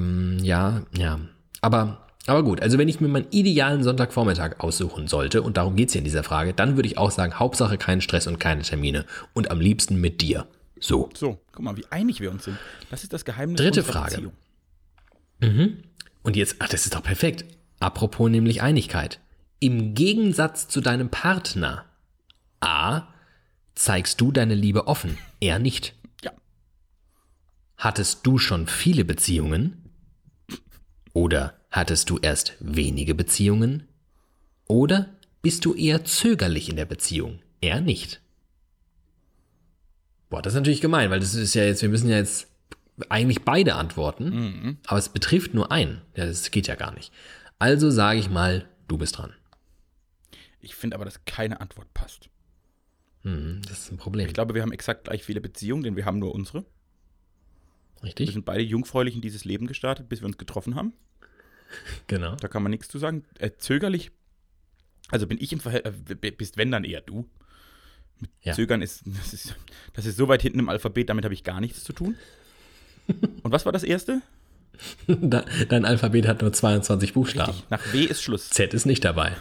aber gut, also wenn ich mir meinen idealen Sonntagvormittag aussuchen sollte, und darum geht's hier in dieser Frage, dann würde ich auch sagen, Hauptsache keinen Stress und keine Termine. Und am liebsten mit dir. So, guck mal, wie einig wir uns sind. Das ist das Geheimnis dritte unserer Frage. Beziehung. Und jetzt, das ist doch perfekt. Apropos nämlich Einigkeit. Im Gegensatz zu deinem Partner. A. Zeigst du deine Liebe offen, er nicht. Ja. Hattest du schon viele Beziehungen? Oder hattest du erst wenige Beziehungen? Oder bist du eher zögerlich in der Beziehung, er nicht? Boah, das ist natürlich gemein, weil das ist ja jetzt, wir müssen ja jetzt eigentlich beide antworten, aber es betrifft nur einen. Ja, das geht ja gar nicht. Also sage ich mal, du bist dran. Ich finde aber, dass keine Antwort passt. Das ist ein Problem. Ich glaube, wir haben exakt gleich viele Beziehungen, denn wir haben nur unsere. Richtig? Wir sind beide jungfräulich in dieses Leben gestartet, bis wir uns getroffen haben. Genau. Da kann man nichts zu sagen. Zögerlich, also bin ich im Verhältnis, bist wenn dann eher du. Mit Zögern das ist so weit hinten im Alphabet, damit habe ich gar nichts zu tun. Und was war das erste? Dein Alphabet hat nur 22 Buchstaben. Richtig, nach W ist Schluss. Z ist nicht dabei.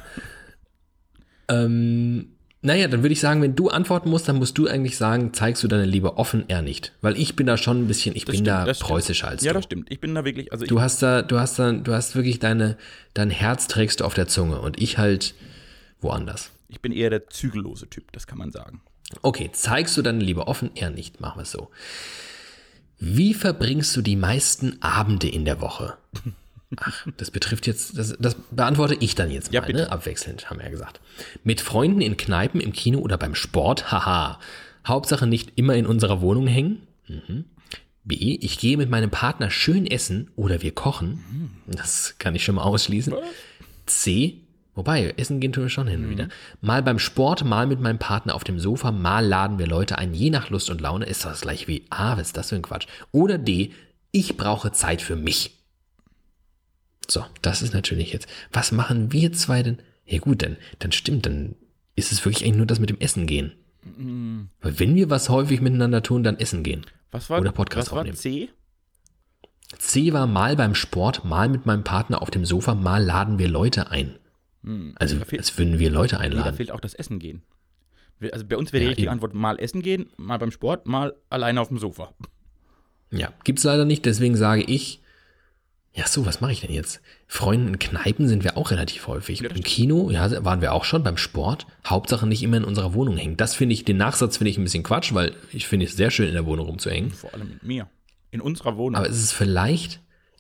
Naja, dann würde ich sagen, wenn du antworten musst, dann musst du eigentlich sagen, zeigst du deine Liebe offen, er nicht. Weil ich bin da schon ein bisschen, preußischer als du. Ja, das stimmt. Ich bin da wirklich, also du hast wirklich dein Herz trägst du auf der Zunge und ich halt woanders. Ich bin eher der zügellose Typ, das kann man sagen. Okay, zeigst du deine Liebe offen, er nicht. Machen wir es so. Wie verbringst du die meisten Abende in der Woche? Ach, das betrifft jetzt, das beantworte ich dann jetzt mal, ja, bitte. Ne? Abwechselnd, haben wir ja gesagt. Mit Freunden in Kneipen, im Kino oder beim Sport? Haha. Hauptsache nicht immer in unserer Wohnung hängen. B. Ich gehe mit meinem Partner schön essen oder wir kochen. Das kann ich schon mal ausschließen. C. Wobei, essen gehen tun wir schon hin und wieder. Mal beim Sport, mal mit meinem Partner auf dem Sofa, mal laden wir Leute ein, je nach Lust und Laune. Ist das gleich wie A, was ist das für ein Quatsch? Oder D. Ich brauche Zeit für mich. So, das ist natürlich jetzt, was machen wir zwei denn? Ja gut, dann stimmt, dann ist es wirklich eigentlich nur das mit dem Essen gehen. Weil wenn wir was häufig miteinander tun, dann essen gehen. Oder Podcast aufnehmen. C? C war mal beim Sport, mal mit meinem Partner auf dem Sofa, mal laden wir Leute ein. Also als würden wir Leute einladen. Da fehlt auch das Essen gehen. Also bei uns wäre die richtige Antwort mal essen gehen, mal beim Sport, mal alleine auf dem Sofa. Ja, gibt's leider nicht, deswegen sage ich, ja so, was mache ich denn jetzt? Freunde in Kneipen sind wir auch relativ häufig. Ja, im Kino, ja, waren wir auch schon, beim Sport. Hauptsache nicht immer in unserer Wohnung hängen. Den Nachsatz finde ich ein bisschen Quatsch, weil ich finde es sehr schön, in der Wohnung rumzuhängen. Vor allem mit mir. In unserer Wohnung. Aber es ist vielleicht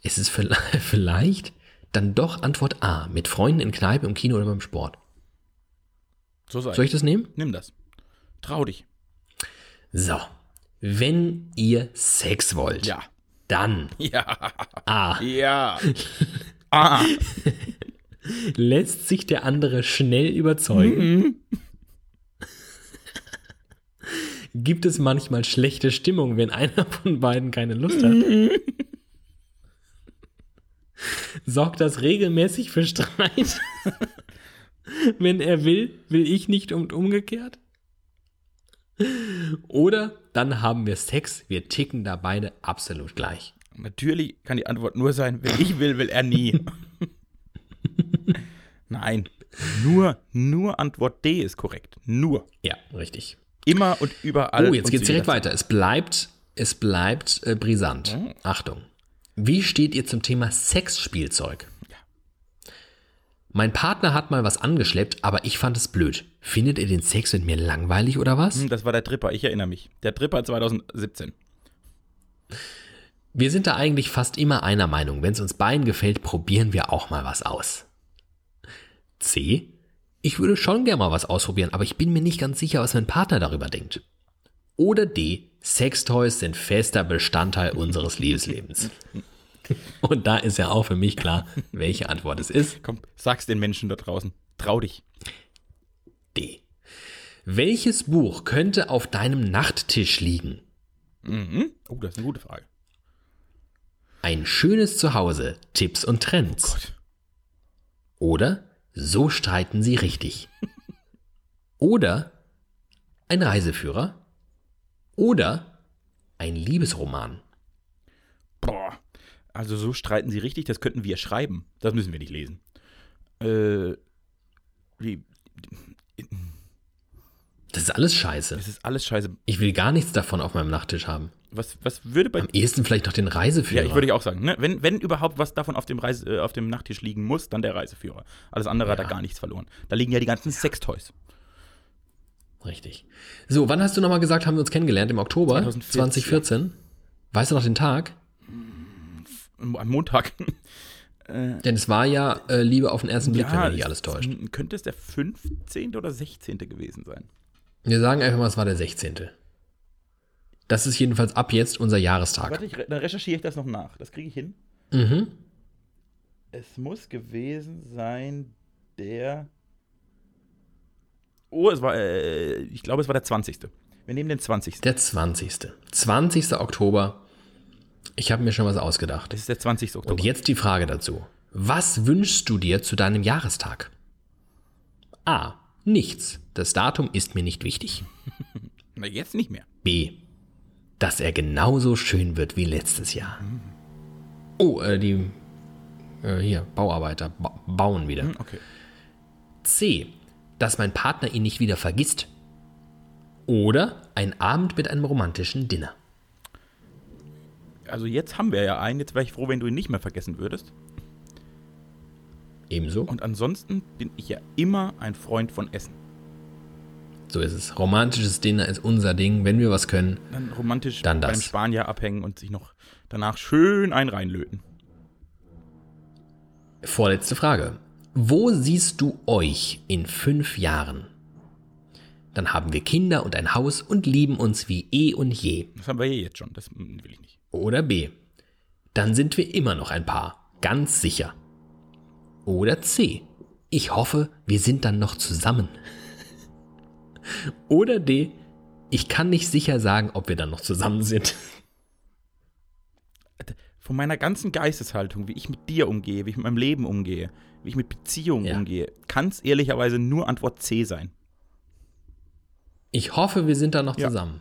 dann doch Antwort A. Mit Freunden in Kneipen, im Kino oder beim Sport. So sei. Soll ich das nehmen? Nimm das. Trau dich. So. Wenn ihr Sex wollt. Ja. Dann. Ja. A. Ja. A. Lässt sich der andere schnell überzeugen? Gibt es manchmal schlechte Stimmung, wenn einer von beiden keine Lust hat? Sorgt das regelmäßig für Streit? Wenn er will, will ich nicht und umgekehrt? Oder dann haben wir Sex, wir ticken da beide absolut gleich. Natürlich kann die Antwort nur sein, wenn ich will, will er nie. Nein, nur Antwort D ist korrekt. Nur. Ja, richtig. Immer und überall. Oh, jetzt geht's direkt weiter. Es bleibt brisant. Achtung. Wie steht ihr zum Thema Sexspielzeug? Ja. Mein Partner hat mal was angeschleppt, aber ich fand es blöd. Findet ihr den Sex mit mir langweilig oder was? Das war der Tripper, ich erinnere mich. Der Tripper 2017. Wir sind da eigentlich fast immer einer Meinung. Wenn es uns beiden gefällt, probieren wir auch mal was aus. C. Ich würde schon gerne mal was ausprobieren, aber ich bin mir nicht ganz sicher, was mein Partner darüber denkt. Oder D. Sextoys sind fester Bestandteil unseres Liebeslebens. Und da ist ja auch für mich klar, welche Antwort es ist. Komm, sag's den Menschen da draußen. Trau dich. D. Welches Buch könnte auf deinem Nachttisch liegen? Mhm. Oh, das ist eine gute Frage. Ein schönes Zuhause, Tipps und Trends. Oh Gott. Oder so streiten sie richtig. Oder ein Reiseführer. Oder ein Liebesroman. Boah. Also so streiten sie richtig, das könnten wir schreiben. Das müssen wir nicht lesen. Das ist alles scheiße. Das ist alles scheiße. Ich will gar nichts davon auf meinem Nachttisch haben. Was würde bei... Am ehesten vielleicht noch den Reiseführer. Ja, würde ich auch sagen. Ne? Wenn überhaupt was davon auf dem Nachttisch liegen muss, dann der Reiseführer. Alles andere hat da gar nichts verloren. Da liegen ja die ganzen Sextoys. Richtig. So, wann hast du nochmal gesagt, haben wir uns kennengelernt? Im Oktober 2014? Weißt du noch den Tag? Am Montag. Denn es war ja Liebe auf den ersten Blick, wenn mich nicht alles täuscht. Könnte es der 15. oder 16. gewesen sein? Wir sagen einfach mal, es war der 16. Das ist jedenfalls ab jetzt unser Jahrestag. Warte, dann recherchiere ich das noch nach. Das kriege ich hin. Mhm. Es muss gewesen sein der... Oh, ich glaube, es war der 20. Wir nehmen den 20. Der 20. 20. Oktober. Ich habe mir schon was ausgedacht. Das ist der 20. Oktober. Und jetzt die Frage dazu. Was wünschst du dir zu deinem Jahrestag? A. Nichts. Das Datum ist mir nicht wichtig. Na, jetzt nicht mehr. B. Dass er genauso schön wird wie letztes Jahr. Oh, hier, Bauarbeiter bauen wieder. Okay. C. Dass mein Partner ihn nicht wieder vergisst. Oder ein Abend mit einem romantischen Dinner. Also jetzt haben wir ja einen. Jetzt wäre ich froh, wenn du ihn nicht mehr vergessen würdest. Ebenso. Und ansonsten bin ich ja immer ein Freund von Essen. So ist es. Romantisches Dinner ist unser Ding. Wenn wir was können, Dann romantisch dann beim das. Spanier abhängen und sich noch danach schön einen reinlöten. Vorletzte Frage. Wo siehst du euch in 5 Jahren? Dann haben wir Kinder und ein Haus und lieben uns wie eh und je. Das haben wir ja jetzt schon. Das will ich nicht. Oder B. Dann sind wir immer noch ein Paar. Ganz sicher. Oder C. Ich hoffe, wir sind dann noch zusammen. Oder D. Ich kann nicht sicher sagen, ob wir dann noch zusammen sind. Von meiner ganzen Geisteshaltung, wie ich mit dir umgehe, wie ich mit meinem Leben umgehe, wie ich mit Beziehungen umgehe, kann es ehrlicherweise nur Antwort C sein. Ich hoffe, wir sind dann noch zusammen.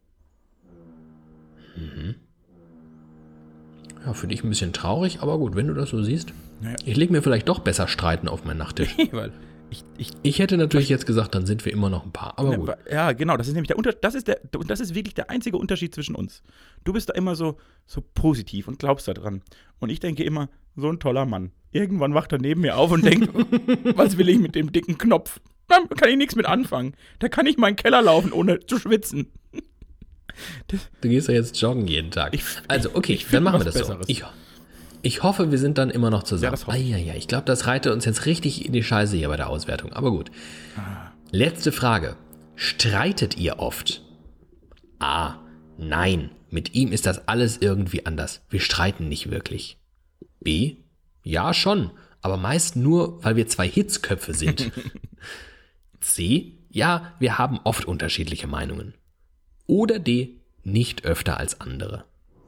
Mhm. Ja, für dich ein bisschen traurig, aber gut, wenn du das so siehst. Naja. Ich lege mir vielleicht doch besser Streiten auf meinen Nachttisch. Weil Ich hätte natürlich jetzt gesagt, dann sind wir immer noch ein Paar, aber gut. Ja, genau, das ist nämlich der Unterschied, das ist wirklich der einzige Unterschied zwischen uns. Du bist da immer so positiv und glaubst da dran. Und ich denke immer, so ein toller Mann. Irgendwann wacht er neben mir auf und denkt, was will ich mit dem dicken Knopf? Da kann ich nichts mit anfangen. Da kann ich meinen Keller laufen, ohne zu schwitzen. Du gehst ja jetzt joggen jeden Tag. Also, okay, dann machen wir das so. Ich hoffe, wir sind dann immer noch zusammen. Ja, das hoffe ich. Ich glaube, das reitet uns jetzt richtig in die Scheiße hier bei der Auswertung. Aber gut. Letzte Frage. Streitet ihr oft? A. Nein. Mit ihm ist das alles irgendwie anders. Wir streiten nicht wirklich. B. Ja, schon. Aber meist nur, weil wir 2 Hitzköpfe sind. C. Ja, wir haben oft unterschiedliche Meinungen. Oder D. Nicht öfter als andere.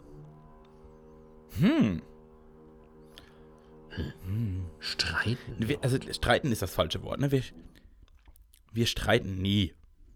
Streiten. Also streiten ist das falsche Wort. Ne? Wir streiten nie.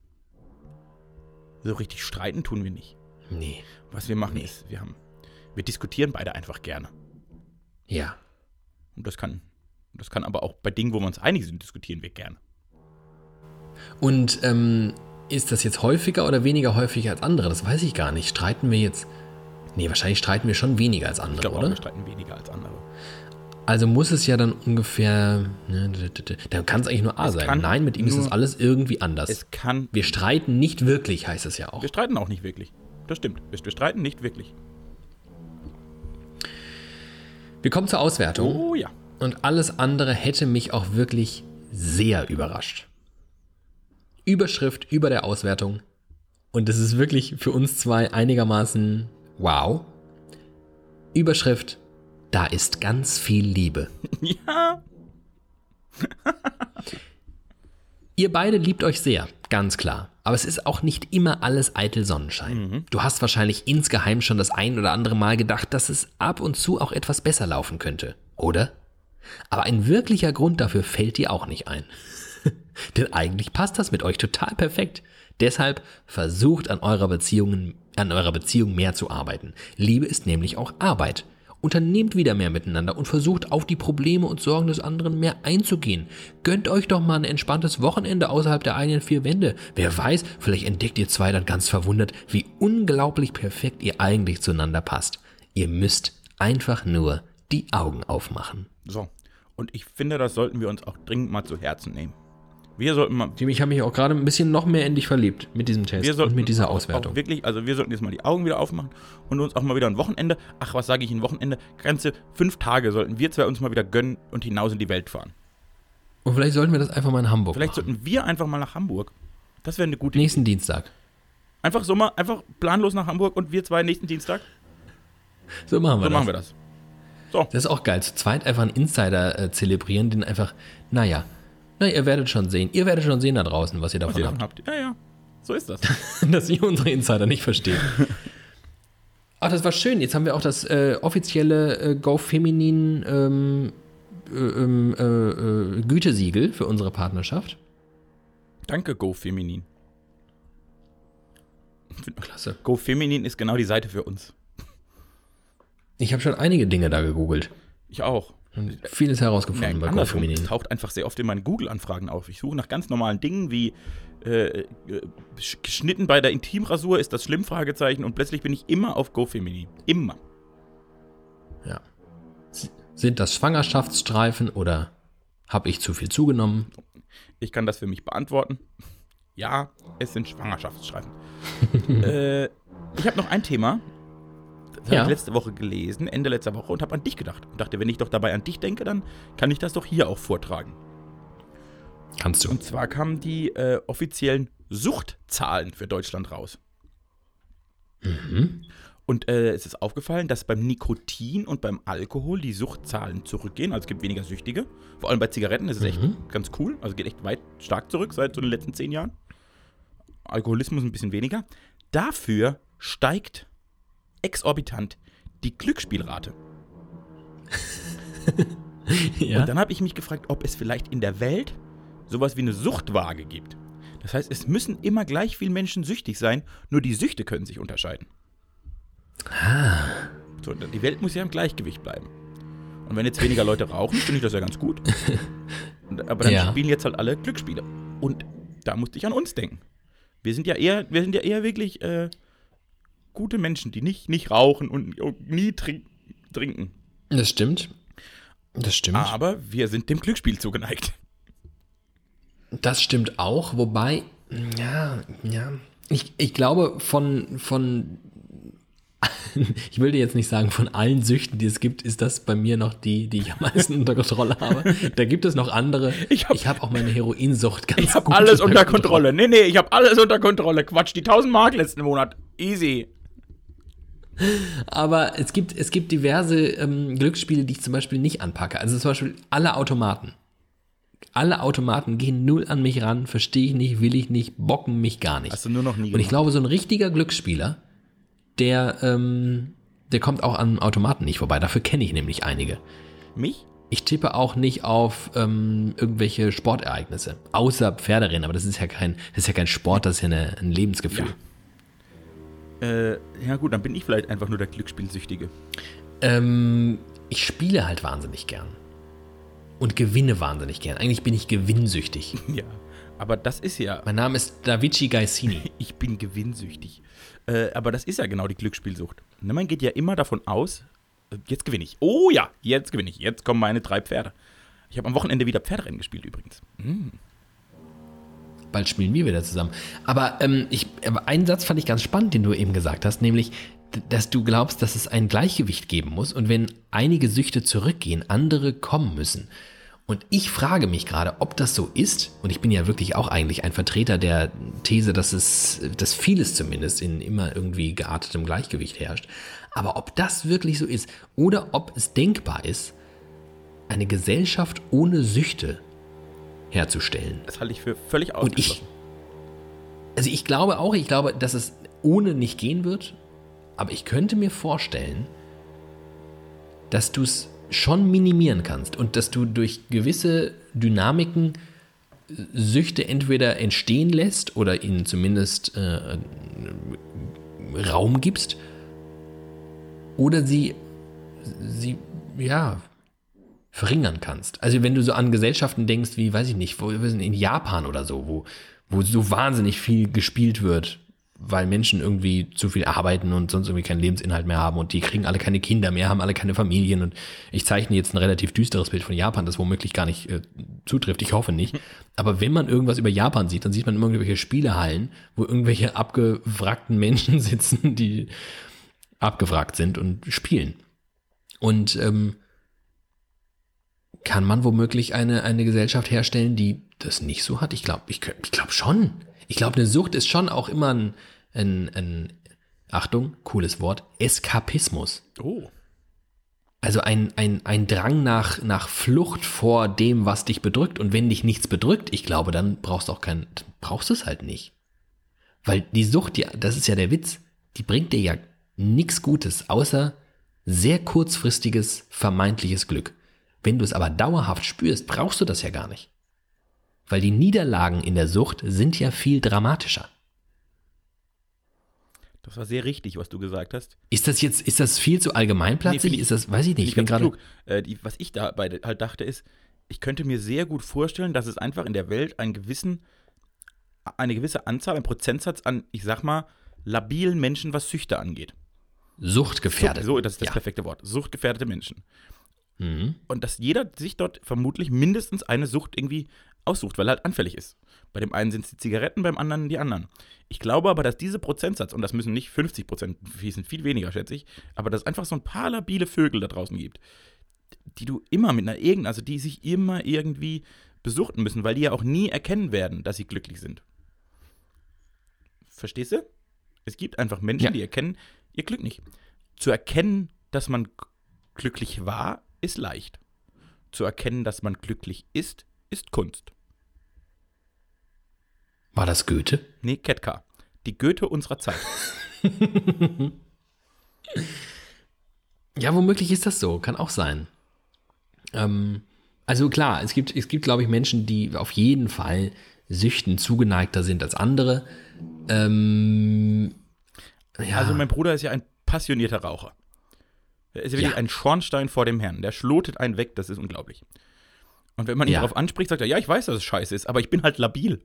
So richtig streiten tun wir nicht. Nee. Was wir machen ist, wir diskutieren beide einfach gerne. Ja. Und das kann aber auch bei Dingen, wo wir uns einig sind, diskutieren wir gerne. Und ist das jetzt häufiger oder weniger häufig als andere? Das weiß ich gar nicht. Streiten wir jetzt... Nee, wahrscheinlich streiten wir schon weniger als andere, Ich glaube oder? auch, wir streiten weniger als andere. Also muss es ja dann ungefähr... Dann kann es eigentlich nur A sein. Nein, mit ihm ist das alles irgendwie anders. Wir streiten nicht wirklich, heißt es ja auch. Wir streiten auch nicht wirklich. Das stimmt. Wir streiten nicht wirklich. Wir kommen zur Auswertung. Oh ja. Und alles andere hätte mich auch wirklich sehr überrascht. Überschrift über der Auswertung. Und das ist wirklich für uns zwei einigermaßen wow. Überschrift: Da ist ganz viel Liebe. Ja. Ihr beide liebt euch sehr, ganz klar. Aber es ist auch nicht immer alles eitel Sonnenschein. Du hast wahrscheinlich insgeheim schon das ein oder andere Mal gedacht, dass es ab und zu auch etwas besser laufen könnte, oder? Aber ein wirklicher Grund dafür fällt dir auch nicht ein. Denn eigentlich passt das mit euch total perfekt. Deshalb versucht an eurer Beziehung mehr zu arbeiten. Liebe ist nämlich auch Arbeit. Unternehmt wieder mehr miteinander und versucht auf die Probleme und Sorgen des anderen mehr einzugehen. Gönnt euch doch mal ein entspanntes Wochenende außerhalb der eigenen vier Wände. Wer weiß, vielleicht entdeckt ihr zwei dann ganz verwundert, wie unglaublich perfekt ihr eigentlich zueinander passt. Ihr müsst einfach nur die Augen aufmachen. So, und ich finde, das sollten wir uns auch dringend mal zu Herzen nehmen. Wir sollten mal... Ich habe mich auch gerade ein bisschen noch mehr in dich verliebt mit diesem Test und mit dieser Auswertung. Auch wirklich, also wir sollten jetzt mal die Augen wieder aufmachen und uns auch mal wieder ein Wochenende, was sage ich, ein Wochenende, ganze 5 Tage sollten wir zwei uns mal wieder gönnen und hinaus in die Welt fahren. Und vielleicht sollten wir das einfach mal in Hamburg Vielleicht machen. sollten wir einfach mal nach Hamburg. Das wäre eine gute Nächsten Dienstag. Einfach planlos nach Hamburg und wir zwei nächsten Dienstag. So machen wir So machen wir das. So. Das ist auch geil. Zu zweit einfach einen Insider zelebrieren, den einfach, ihr werdet schon sehen. Ihr werdet schon sehen da draußen, was ihr davon habt. Ja, so ist das. Dass ihr unsere Insider nicht versteht. Ach, das war schön. Jetzt haben wir auch das offizielle GoFeminin Gütesiegel für unsere Partnerschaft. Danke, GoFeminin. Klasse. GoFeminin ist genau die Seite für uns. Ich habe schon einige Dinge da gegoogelt. Ich auch. Und vieles herausgefunden bei GoFeminin. Das taucht einfach sehr oft in meinen Google-Anfragen auf. Ich suche nach ganz normalen Dingen wie geschnitten bei der Intimrasur, ist das schlimm? Fragezeichen. Und plötzlich bin ich immer auf GoFeminin. Immer. Ja. Sind das Schwangerschaftsstreifen oder habe ich zu viel zugenommen? Ich kann das für mich beantworten. Ja, es sind Schwangerschaftsstreifen. Ich habe noch ein Thema. Das habe ich letzte Woche gelesen, Ende letzter Woche, und habe an dich gedacht. Und dachte, wenn ich doch dabei an dich denke, dann kann ich das doch hier auch vortragen. Kannst du. Und zwar kamen die offiziellen Suchtzahlen für Deutschland raus. Mhm. Und es ist aufgefallen, dass beim Nikotin und beim Alkohol die Suchtzahlen zurückgehen. Also es gibt weniger Süchtige. Vor allem bei Zigaretten ist es echt ganz cool. Also geht echt stark zurück seit so den letzten 10 Jahren. Alkoholismus ein bisschen weniger. Dafür steigt exorbitant die Glücksspielrate. Ja. Und dann habe ich mich gefragt, ob es vielleicht in der Welt sowas wie eine Suchtwaage gibt. Das heißt, es müssen immer gleich viele Menschen süchtig sein, nur die Süchte können sich unterscheiden. So, die Welt muss ja im Gleichgewicht bleiben. Und wenn jetzt weniger Leute rauchen, finde ich das ja ganz gut. Aber dann spielen jetzt halt alle Glücksspiele. Und da musste ich an uns denken. Wir sind ja eher wirklich gute Menschen, die nicht rauchen und nie trinken. Das stimmt. Aber wir sind dem Glücksspiel zugeneigt. Das stimmt auch, wobei, ich glaube ich will dir jetzt nicht sagen, von allen Süchten, die es gibt, ist das bei mir noch die ich am meisten unter Kontrolle habe. Da gibt es noch andere. Ich habe auch meine Heroinsucht ganz gut. Ich habe alles unter Kontrolle. Nee, ich habe alles unter Kontrolle. Quatsch, die 1000 Mark letzten Monat. Easy. Aber es gibt diverse Glücksspiele, die ich zum Beispiel nicht anpacke. Also zum Beispiel alle Automaten. Alle Automaten gehen null an mich ran, verstehe ich nicht, will ich nicht, bocken mich gar nicht. Hast du nur noch nie gemacht. Und ich glaube, so ein richtiger Glücksspieler, der kommt auch an Automaten nicht vorbei. Dafür kenne ich nämlich einige. Mich? Ich tippe auch nicht auf irgendwelche Sportereignisse. Außer Pferderennen, aber das ist ja kein Sport, das ist ja ein Lebensgefühl. Ja gut, dann bin ich vielleicht einfach nur der Glücksspielsüchtige. Ich spiele halt wahnsinnig gern. Und gewinne wahnsinnig gern. Eigentlich bin ich gewinnsüchtig. Ja, aber das ist ja... Mein Name ist Davici Gaisini. Ich bin gewinnsüchtig. Aber das ist ja genau die Glücksspielsucht. Ne, man geht ja immer davon aus, jetzt gewinne ich. Oh ja, jetzt gewinne ich. Jetzt kommen meine 3 Pferde. Ich habe am Wochenende wieder Pferderennen gespielt übrigens. Bald spielen wir wieder zusammen. Aber einen Satz fand ich ganz spannend, den du eben gesagt hast, nämlich, dass du glaubst, dass es ein Gleichgewicht geben muss und wenn einige Süchte zurückgehen, andere kommen müssen. Und ich frage mich gerade, ob das so ist, und ich bin ja wirklich auch eigentlich ein Vertreter der These, dass vieles zumindest in immer irgendwie geartetem Gleichgewicht herrscht, aber ob das wirklich so ist oder ob es denkbar ist, eine Gesellschaft ohne Süchte herzustellen. Das halte ich für völlig ausgeschlossen. Also ich glaube, dass es ohne nicht gehen wird, aber ich könnte mir vorstellen, dass du es schon minimieren kannst und dass du durch gewisse Dynamiken Süchte entweder entstehen lässt oder ihnen zumindest Raum gibst oder sie verringern kannst. Also wenn du so an Gesellschaften denkst, wie, weiß ich nicht, in Japan oder so, wo so wahnsinnig viel gespielt wird, weil Menschen irgendwie zu viel arbeiten und sonst irgendwie keinen Lebensinhalt mehr haben und die kriegen alle keine Kinder mehr, haben alle keine Familien und ich zeichne jetzt ein relativ düsteres Bild von Japan, das womöglich gar nicht zutrifft, ich hoffe nicht. Aber wenn man irgendwas über Japan sieht, dann sieht man immer irgendwelche Spielehallen, wo irgendwelche abgewrackten Menschen sitzen, die abgewrackt sind und spielen. Und kann man womöglich eine Gesellschaft herstellen, die das nicht so hat? Ich glaube schon. Ich glaube, eine Sucht ist schon auch immer ein Achtung, cooles Wort, Eskapismus. Oh. Also ein Drang nach vor dem, was dich bedrückt. Und wenn dich nichts bedrückt, ich glaube, dann brauchst du es halt nicht. Weil die Sucht, das ist ja der Witz, die bringt dir ja nichts Gutes, außer sehr kurzfristiges, vermeintliches Glück. Wenn du es aber dauerhaft spürst, brauchst du das ja gar nicht. Weil die Niederlagen in der Sucht sind ja viel dramatischer. Das war sehr richtig, was du gesagt hast. Ist das viel zu allgemeinplatzig? Nee, ist das, weiß ich nicht. Ich bin gerade klug. Was ich dabei halt dachte ist, ich könnte mir sehr gut vorstellen, dass es einfach in der Welt eine gewisse Anzahl, einen Prozentsatz an, ich sag mal, labilen Menschen, was Süchte angeht. Suchtgefährdet. So, das ist das perfekte Wort. Suchtgefährdete Menschen. Mhm. Und dass jeder sich dort vermutlich mindestens eine Sucht irgendwie aussucht, weil er halt anfällig ist. Bei dem einen sind es die Zigaretten, beim anderen die anderen. Ich glaube aber, dass dieser Prozentsatz, und das müssen nicht 50%, sind viel weniger, schätze ich, aber dass es einfach so ein paar labile Vögel da draußen gibt, die du immer also die sich immer irgendwie besuchten müssen, weil die ja auch nie erkennen werden, dass sie glücklich sind. Verstehst du? Es gibt einfach Menschen, die erkennen ihr Glück nicht. Zu erkennen, dass man glücklich war, ist leicht. Zu erkennen, dass man glücklich ist Kunst. War das Goethe? Nee, Ketka. Die Goethe unserer Zeit. Ja, womöglich ist das so. Kann auch sein. Also klar, es gibt, glaube ich, Menschen, die auf jeden Fall Süchten zugeneigter sind als andere. Also mein Bruder ist ja ein passionierter Raucher. Er ist ja wirklich ein Schornstein vor dem Herrn. Der schlotet einen weg, das ist unglaublich. Und wenn man ihn darauf anspricht, sagt er, ja, ich weiß, dass es scheiße ist, aber ich bin halt labil.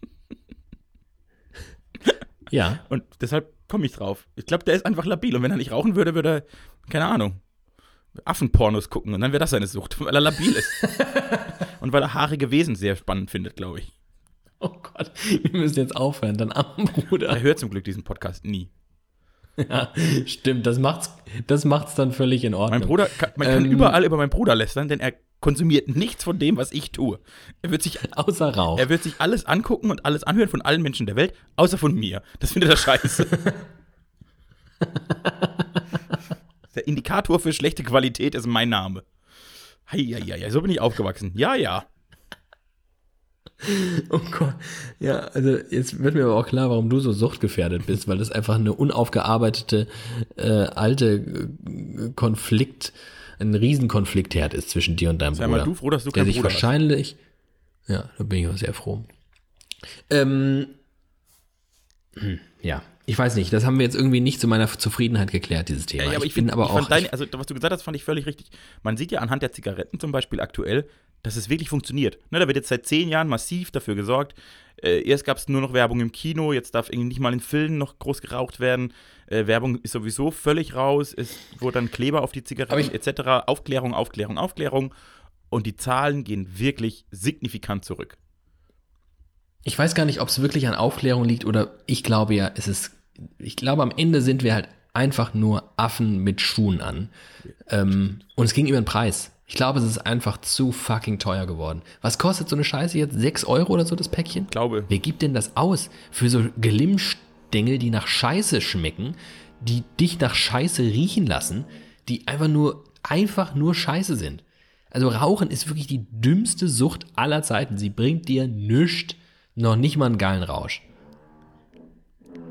Ja. Und deshalb komme ich drauf. Ich glaube, der ist einfach labil. Und wenn er nicht rauchen würde, würde er, keine Ahnung, Affenpornos gucken. Und dann wäre das seine Sucht, weil er labil ist. Und weil er haarige Wesen sehr spannend findet, glaube ich. Oh Gott, wir müssen jetzt aufhören, dein armer Bruder. Er hört zum Glück diesen Podcast nie. Ja, stimmt, das macht's dann völlig in Ordnung. Mein Bruder, man kann überall über meinen Bruder lästern, denn er konsumiert nichts von dem, was ich tue. Außer Rauch. Er wird sich alles angucken und alles anhören von allen Menschen der Welt, außer von mir. Das findet er scheiße. Der Indikator für schlechte Qualität ist mein Name. Heieiei, so bin ich aufgewachsen. Ja. Oh Gott. Ja, also jetzt wird mir aber auch klar, warum du so suchtgefährdet bist, weil das einfach eine unaufgearbeitete alte ein Riesenkonfliktherd ist zwischen dir und deinem Bruder. Sei mal du froh, dass du kein Bruder hast. Wahrscheinlich, ja, da bin ich auch sehr froh. Ja, ich weiß nicht, das haben wir jetzt irgendwie nicht zu meiner Zufriedenheit geklärt, dieses Thema. Ja, aber was du gesagt hast, fand ich völlig richtig. Man sieht ja anhand der Zigaretten zum Beispiel aktuell, dass es wirklich funktioniert. Ne, da wird jetzt seit 10 Jahren massiv dafür gesorgt. Erst gab es nur noch Werbung im Kino, jetzt darf irgendwie nicht mal in Filmen noch groß geraucht werden. Werbung ist sowieso völlig raus, es wurde dann Kleber auf die Zigaretten etc. Aufklärung. Und die Zahlen gehen wirklich signifikant zurück. Ich weiß gar nicht, ob es wirklich an Aufklärung liegt oder ich glaube am Ende sind wir halt einfach nur Affen mit Schuhen an. Und es ging über den Preis. Ich glaube, es ist einfach zu fucking teuer geworden. Was kostet so eine Scheiße jetzt? 6 Euro oder so das Päckchen? Glaube. Wer gibt denn das aus? Für so Glimmstängel, die nach Scheiße schmecken, die dich nach Scheiße riechen lassen, die einfach nur Scheiße sind. Also Rauchen ist wirklich die dümmste Sucht aller Zeiten. Sie bringt dir nichts, noch nicht mal einen geilen Rausch.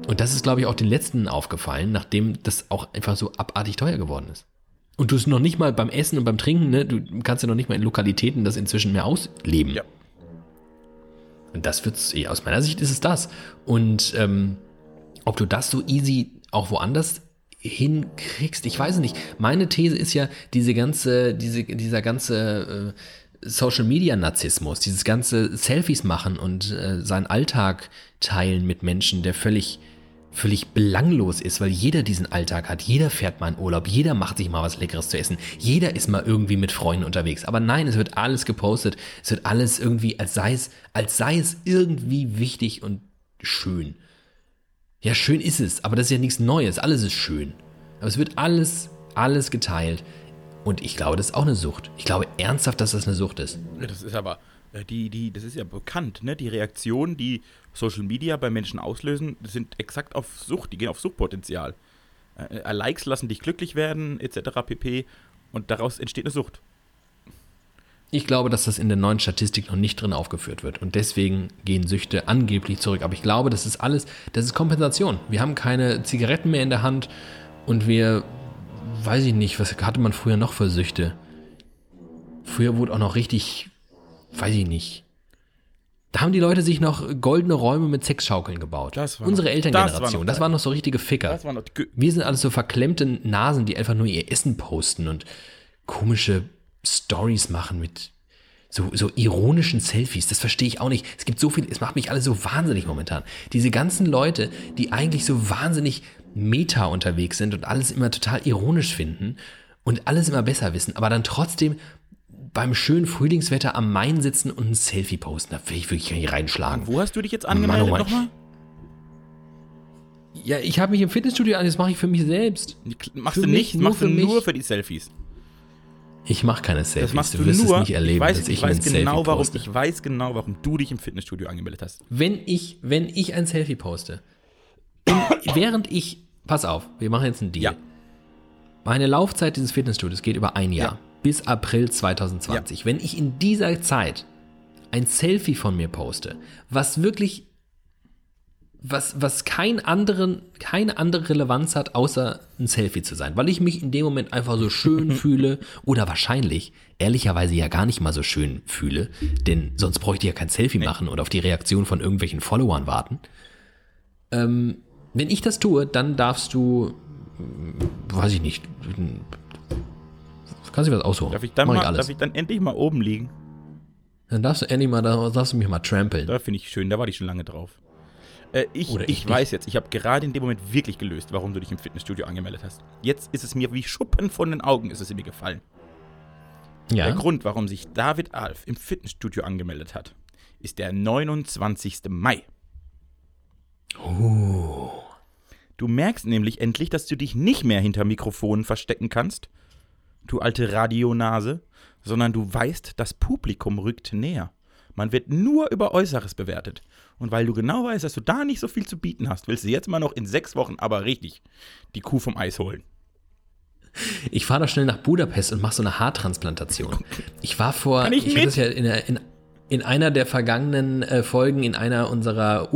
Und das ist, glaube ich, auch den Letzten aufgefallen, nachdem das auch einfach so abartig teuer geworden ist. Und du es noch nicht mal beim Essen und beim Trinken, ne, du kannst ja noch nicht mal in Lokalitäten das inzwischen mehr ausleben. Ja. Und das wird's, aus meiner Sicht ist es das. Und ob du das so easy auch woanders hinkriegst, ich weiß es nicht. Meine These ist ja, dieser ganze Social-Media-Narzissmus, dieses ganze Selfies machen und seinen Alltag teilen mit Menschen, der völlig belanglos ist, weil jeder diesen Alltag hat. Jeder fährt mal in Urlaub, jeder macht sich mal was Leckeres zu essen, jeder ist mal irgendwie mit Freunden unterwegs. Aber nein, es wird alles gepostet, es wird alles irgendwie, als sei es irgendwie wichtig und schön. Ja, schön ist es, aber das ist ja nichts Neues, alles ist schön. Aber es wird alles geteilt. Und ich glaube, das ist auch eine Sucht. Ich glaube ernsthaft, dass das eine Sucht ist. Das ist aber, das ist ja bekannt, ne? Die Reaktionen, die Social Media bei Menschen auslösen, sind exakt auf Sucht, die gehen auf Suchtpotenzial. Likes lassen dich glücklich werden, etc. pp. Und daraus entsteht eine Sucht. Ich glaube, dass das in der neuen Statistik noch nicht drin aufgeführt wird. Und deswegen gehen Süchte angeblich zurück. Aber ich glaube, das ist Kompensation. Wir haben keine Zigaretten mehr in der Hand und weiß ich nicht, was hatte man früher noch für Süchte? Früher wurde auch noch richtig, weiß ich nicht. Da haben die Leute sich noch goldene Räume mit Sexschaukeln gebaut. Unsere Elterngeneration, das waren noch so richtige Ficker. Wir sind alles so verklemmte Nasen, die einfach nur ihr Essen posten und komische Stories machen mit so ironischen Selfies. Das verstehe ich auch nicht. Es gibt so viel, es macht mich alles so wahnsinnig momentan. Diese ganzen Leute, die eigentlich so wahnsinnig meta unterwegs sind und alles immer total ironisch finden und alles immer besser wissen, aber dann trotzdem beim schönen Frühlingswetter am Main sitzen und ein Selfie posten. Da will ich wirklich nicht reinschlagen. Und wo hast du dich jetzt angemeldet nochmal? Ja, ich habe mich im Fitnessstudio an, das mache ich für mich selbst. Machst du nicht, machst du nur für die Selfies. Ich mache keine Selfies. Das machst du wirst nur, es nicht erleben, ich weiß genau, warum du dich im Fitnessstudio angemeldet hast. Wenn ich ein Selfie poste, pass auf, wir machen jetzt einen Deal. Ja. Meine Laufzeit dieses Fitnessstudios geht über ein Jahr, bis April 2020. Ja. Wenn ich in dieser Zeit ein Selfie von mir poste, was wirklich, was keine andere Relevanz hat, außer ein Selfie zu sein, weil ich mich in dem Moment einfach so schön fühle oder wahrscheinlich, ehrlicherweise ja gar nicht mal so schön fühle, denn sonst bräuchte ich ja kein Selfie machen oder auf die Reaktion von irgendwelchen Followern warten. Wenn ich das tue, dann darfst du, weiß ich nicht, kannst du dir was aussuchen. Darf ich dann endlich mal oben liegen? Dann darfst du mich mal trampeln. Da finde ich schön, da war ich schon lange drauf. Ich weiß jetzt, ich habe gerade in dem Moment wirklich gelöst, warum du dich im Fitnessstudio angemeldet hast. Jetzt ist es mir wie Schuppen von den Augen, ist es mir gefallen. Ja. Der Grund, warum sich David Alf im Fitnessstudio angemeldet hat, ist der 29. Mai. Oh. Du merkst nämlich endlich, dass du dich nicht mehr hinter Mikrofonen verstecken kannst, du alte Radionase, sondern du weißt, das Publikum rückt näher. Man wird nur über Äußeres bewertet. Und weil du genau weißt, dass du da nicht so viel zu bieten hast, willst du jetzt mal noch in 6 Wochen aber richtig die Kuh vom Eis holen. Ich fahre da schnell nach Budapest und mache so eine Haartransplantation. Ich habe das ja in einer der vergangenen Folgen, in einer unserer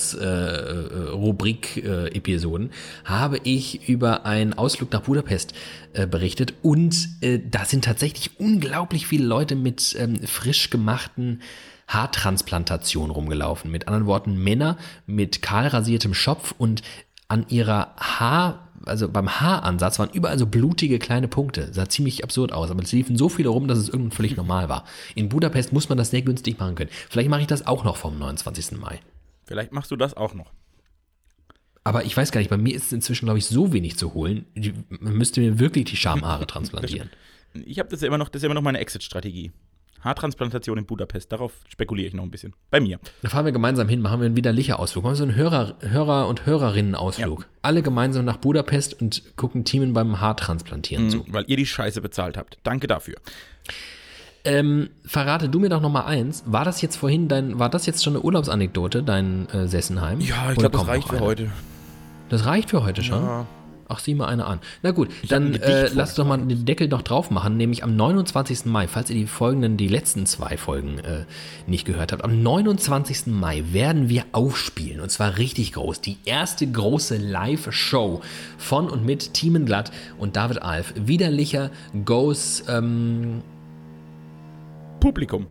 Urlaubsrubrik-Episoden, habe ich über einen Ausflug nach Budapest berichtet. Und da sind tatsächlich unglaublich viele Leute mit frisch gemachten Haartransplantationen rumgelaufen. Mit anderen Worten, Männer mit kahl rasiertem Schopf und an ihrer also beim Haaransatz waren überall so blutige kleine Punkte. Sah ziemlich absurd aus, aber es liefen so viele rum, dass es irgendwann völlig normal war. In Budapest muss man das sehr günstig machen können. Vielleicht mache ich das auch noch vom 29. Mai. Vielleicht machst du das auch noch. Aber ich weiß gar nicht, bei mir ist es inzwischen, glaube ich, so wenig zu holen. Man müsste mir wirklich die Schamhaare transplantieren. Das ist ja immer noch meine Exit-Strategie. Haartransplantation in Budapest, darauf spekuliere ich noch ein bisschen. Bei mir. Da fahren wir gemeinsam hin, machen wir einen widerlicher Ausflug. Machen wir so einen Hörer- und Hörerinnen-Ausflug. Ja. Alle gemeinsam nach Budapest und gucken Teamen beim Haartransplantieren zu. Weil ihr die Scheiße bezahlt habt. Danke dafür. Verrate du mir doch noch mal eins. War das jetzt schon eine Urlaubsanekdote, dein Sessenheim? Ja, ich glaube, das reicht für heute. Das reicht für heute schon? Ach, sieh mal eine an. Na gut, hab dann ein Gedicht lass doch mal den Deckel noch drauf machen, nämlich am 29. Mai, falls ihr die letzten 2 Folgen nicht gehört habt. Am 29. Mai werden wir aufspielen, und zwar richtig groß. Die erste große Live-Show von und mit Thiemenglatt und David Alf. Widerlicher Goes Publikum.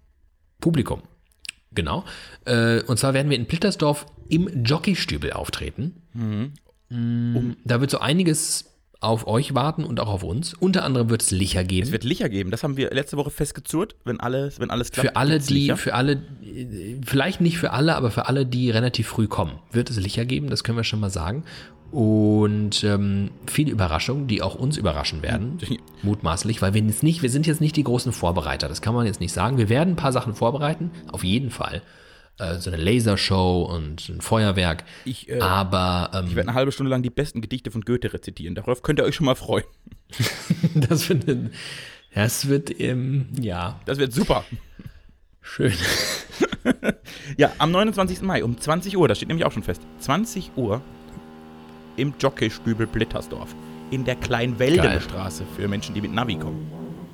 Genau. Und zwar werden wir in Plittersdorf im Jockeystübel auftreten. Da wird so einiges auf euch warten und auch auf uns. Unter anderem wird es Licher geben. Es wird Licher geben, das haben wir letzte Woche festgezurrt, wenn alles klappt. Vielleicht nicht für alle, aber für alle, die relativ früh kommen, wird es Licher geben, das können wir schon mal sagen. Und viele Überraschungen, die auch uns überraschen werden, mutmaßlich, weil wir sind jetzt nicht die großen Vorbereiter, das kann man jetzt nicht sagen. Wir werden ein paar Sachen vorbereiten, auf jeden Fall. So eine Lasershow und ein Feuerwerk. Ich werde eine halbe Stunde lang die besten Gedichte von Goethe rezitieren. Darauf könnt ihr euch schon mal freuen. Das wird super. Schön. Ja, am 29. Mai um 20 Uhr, das steht nämlich auch schon fest, 20 Uhr im Jockeystübel Blittersdorf. In der Kleinweldestraße für Menschen, die mit Navi kommen.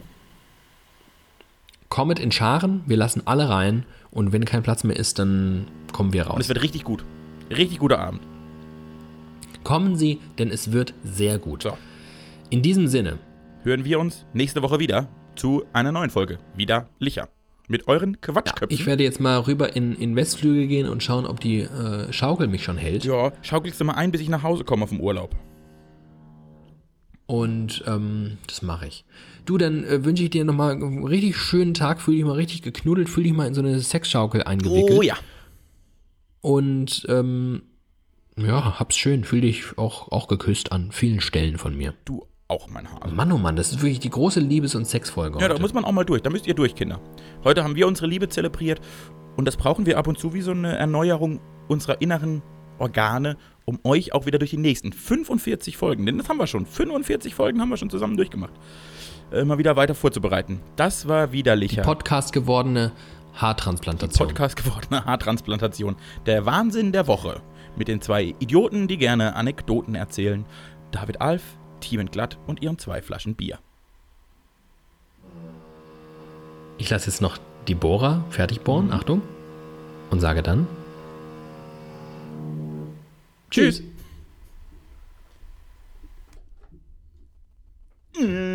Kommet in Scharen, wir lassen alle rein und wenn kein Platz mehr ist, dann kommen wir raus. Und es wird richtig gut. Richtig guter Abend. Kommen Sie, denn es wird sehr gut. So. In diesem Sinne hören wir uns nächste Woche wieder zu einer neuen Folge. Wieder Licher. Mit euren Quatschköpfen. Ja, ich werde jetzt mal rüber in Westflügel gehen und schauen, ob die Schaukel mich schon hält. Ja, schaukelst du mal ein, bis ich nach Hause komme vom Urlaub. Und das mache ich. Du, dann wünsche ich dir nochmal einen richtig schönen Tag, fühl dich mal richtig geknuddelt, fühl dich mal in so eine Sexschaukel eingewickelt. Oh ja. Und hab's schön, fühl dich auch geküsst an vielen Stellen von mir. Du auch, mein Hase. Mann, oh Mann, das ist wirklich die große Liebes- und Sexfolge Ja, heute. da muss man auch mal durch, da müsst ihr durch, Kinder. Heute haben wir unsere Liebe zelebriert und das brauchen wir ab und zu wie so eine Erneuerung unserer inneren Organe, um euch auch wieder durch die nächsten 45 Folgen, denn das haben wir schon, 45 Folgen haben wir schon zusammen durchgemacht, mal wieder weiter vorzubereiten. Das war Widerlicher. Die Podcast gewordene Haartransplantation. Der Wahnsinn der Woche. Mit den 2 Idioten, die gerne Anekdoten erzählen. David Alf, Thiemenglatt und ihren 2 Flaschen Bier. Ich lasse jetzt noch die Bohrer fertig bohren, Achtung, und sage dann Tschüss.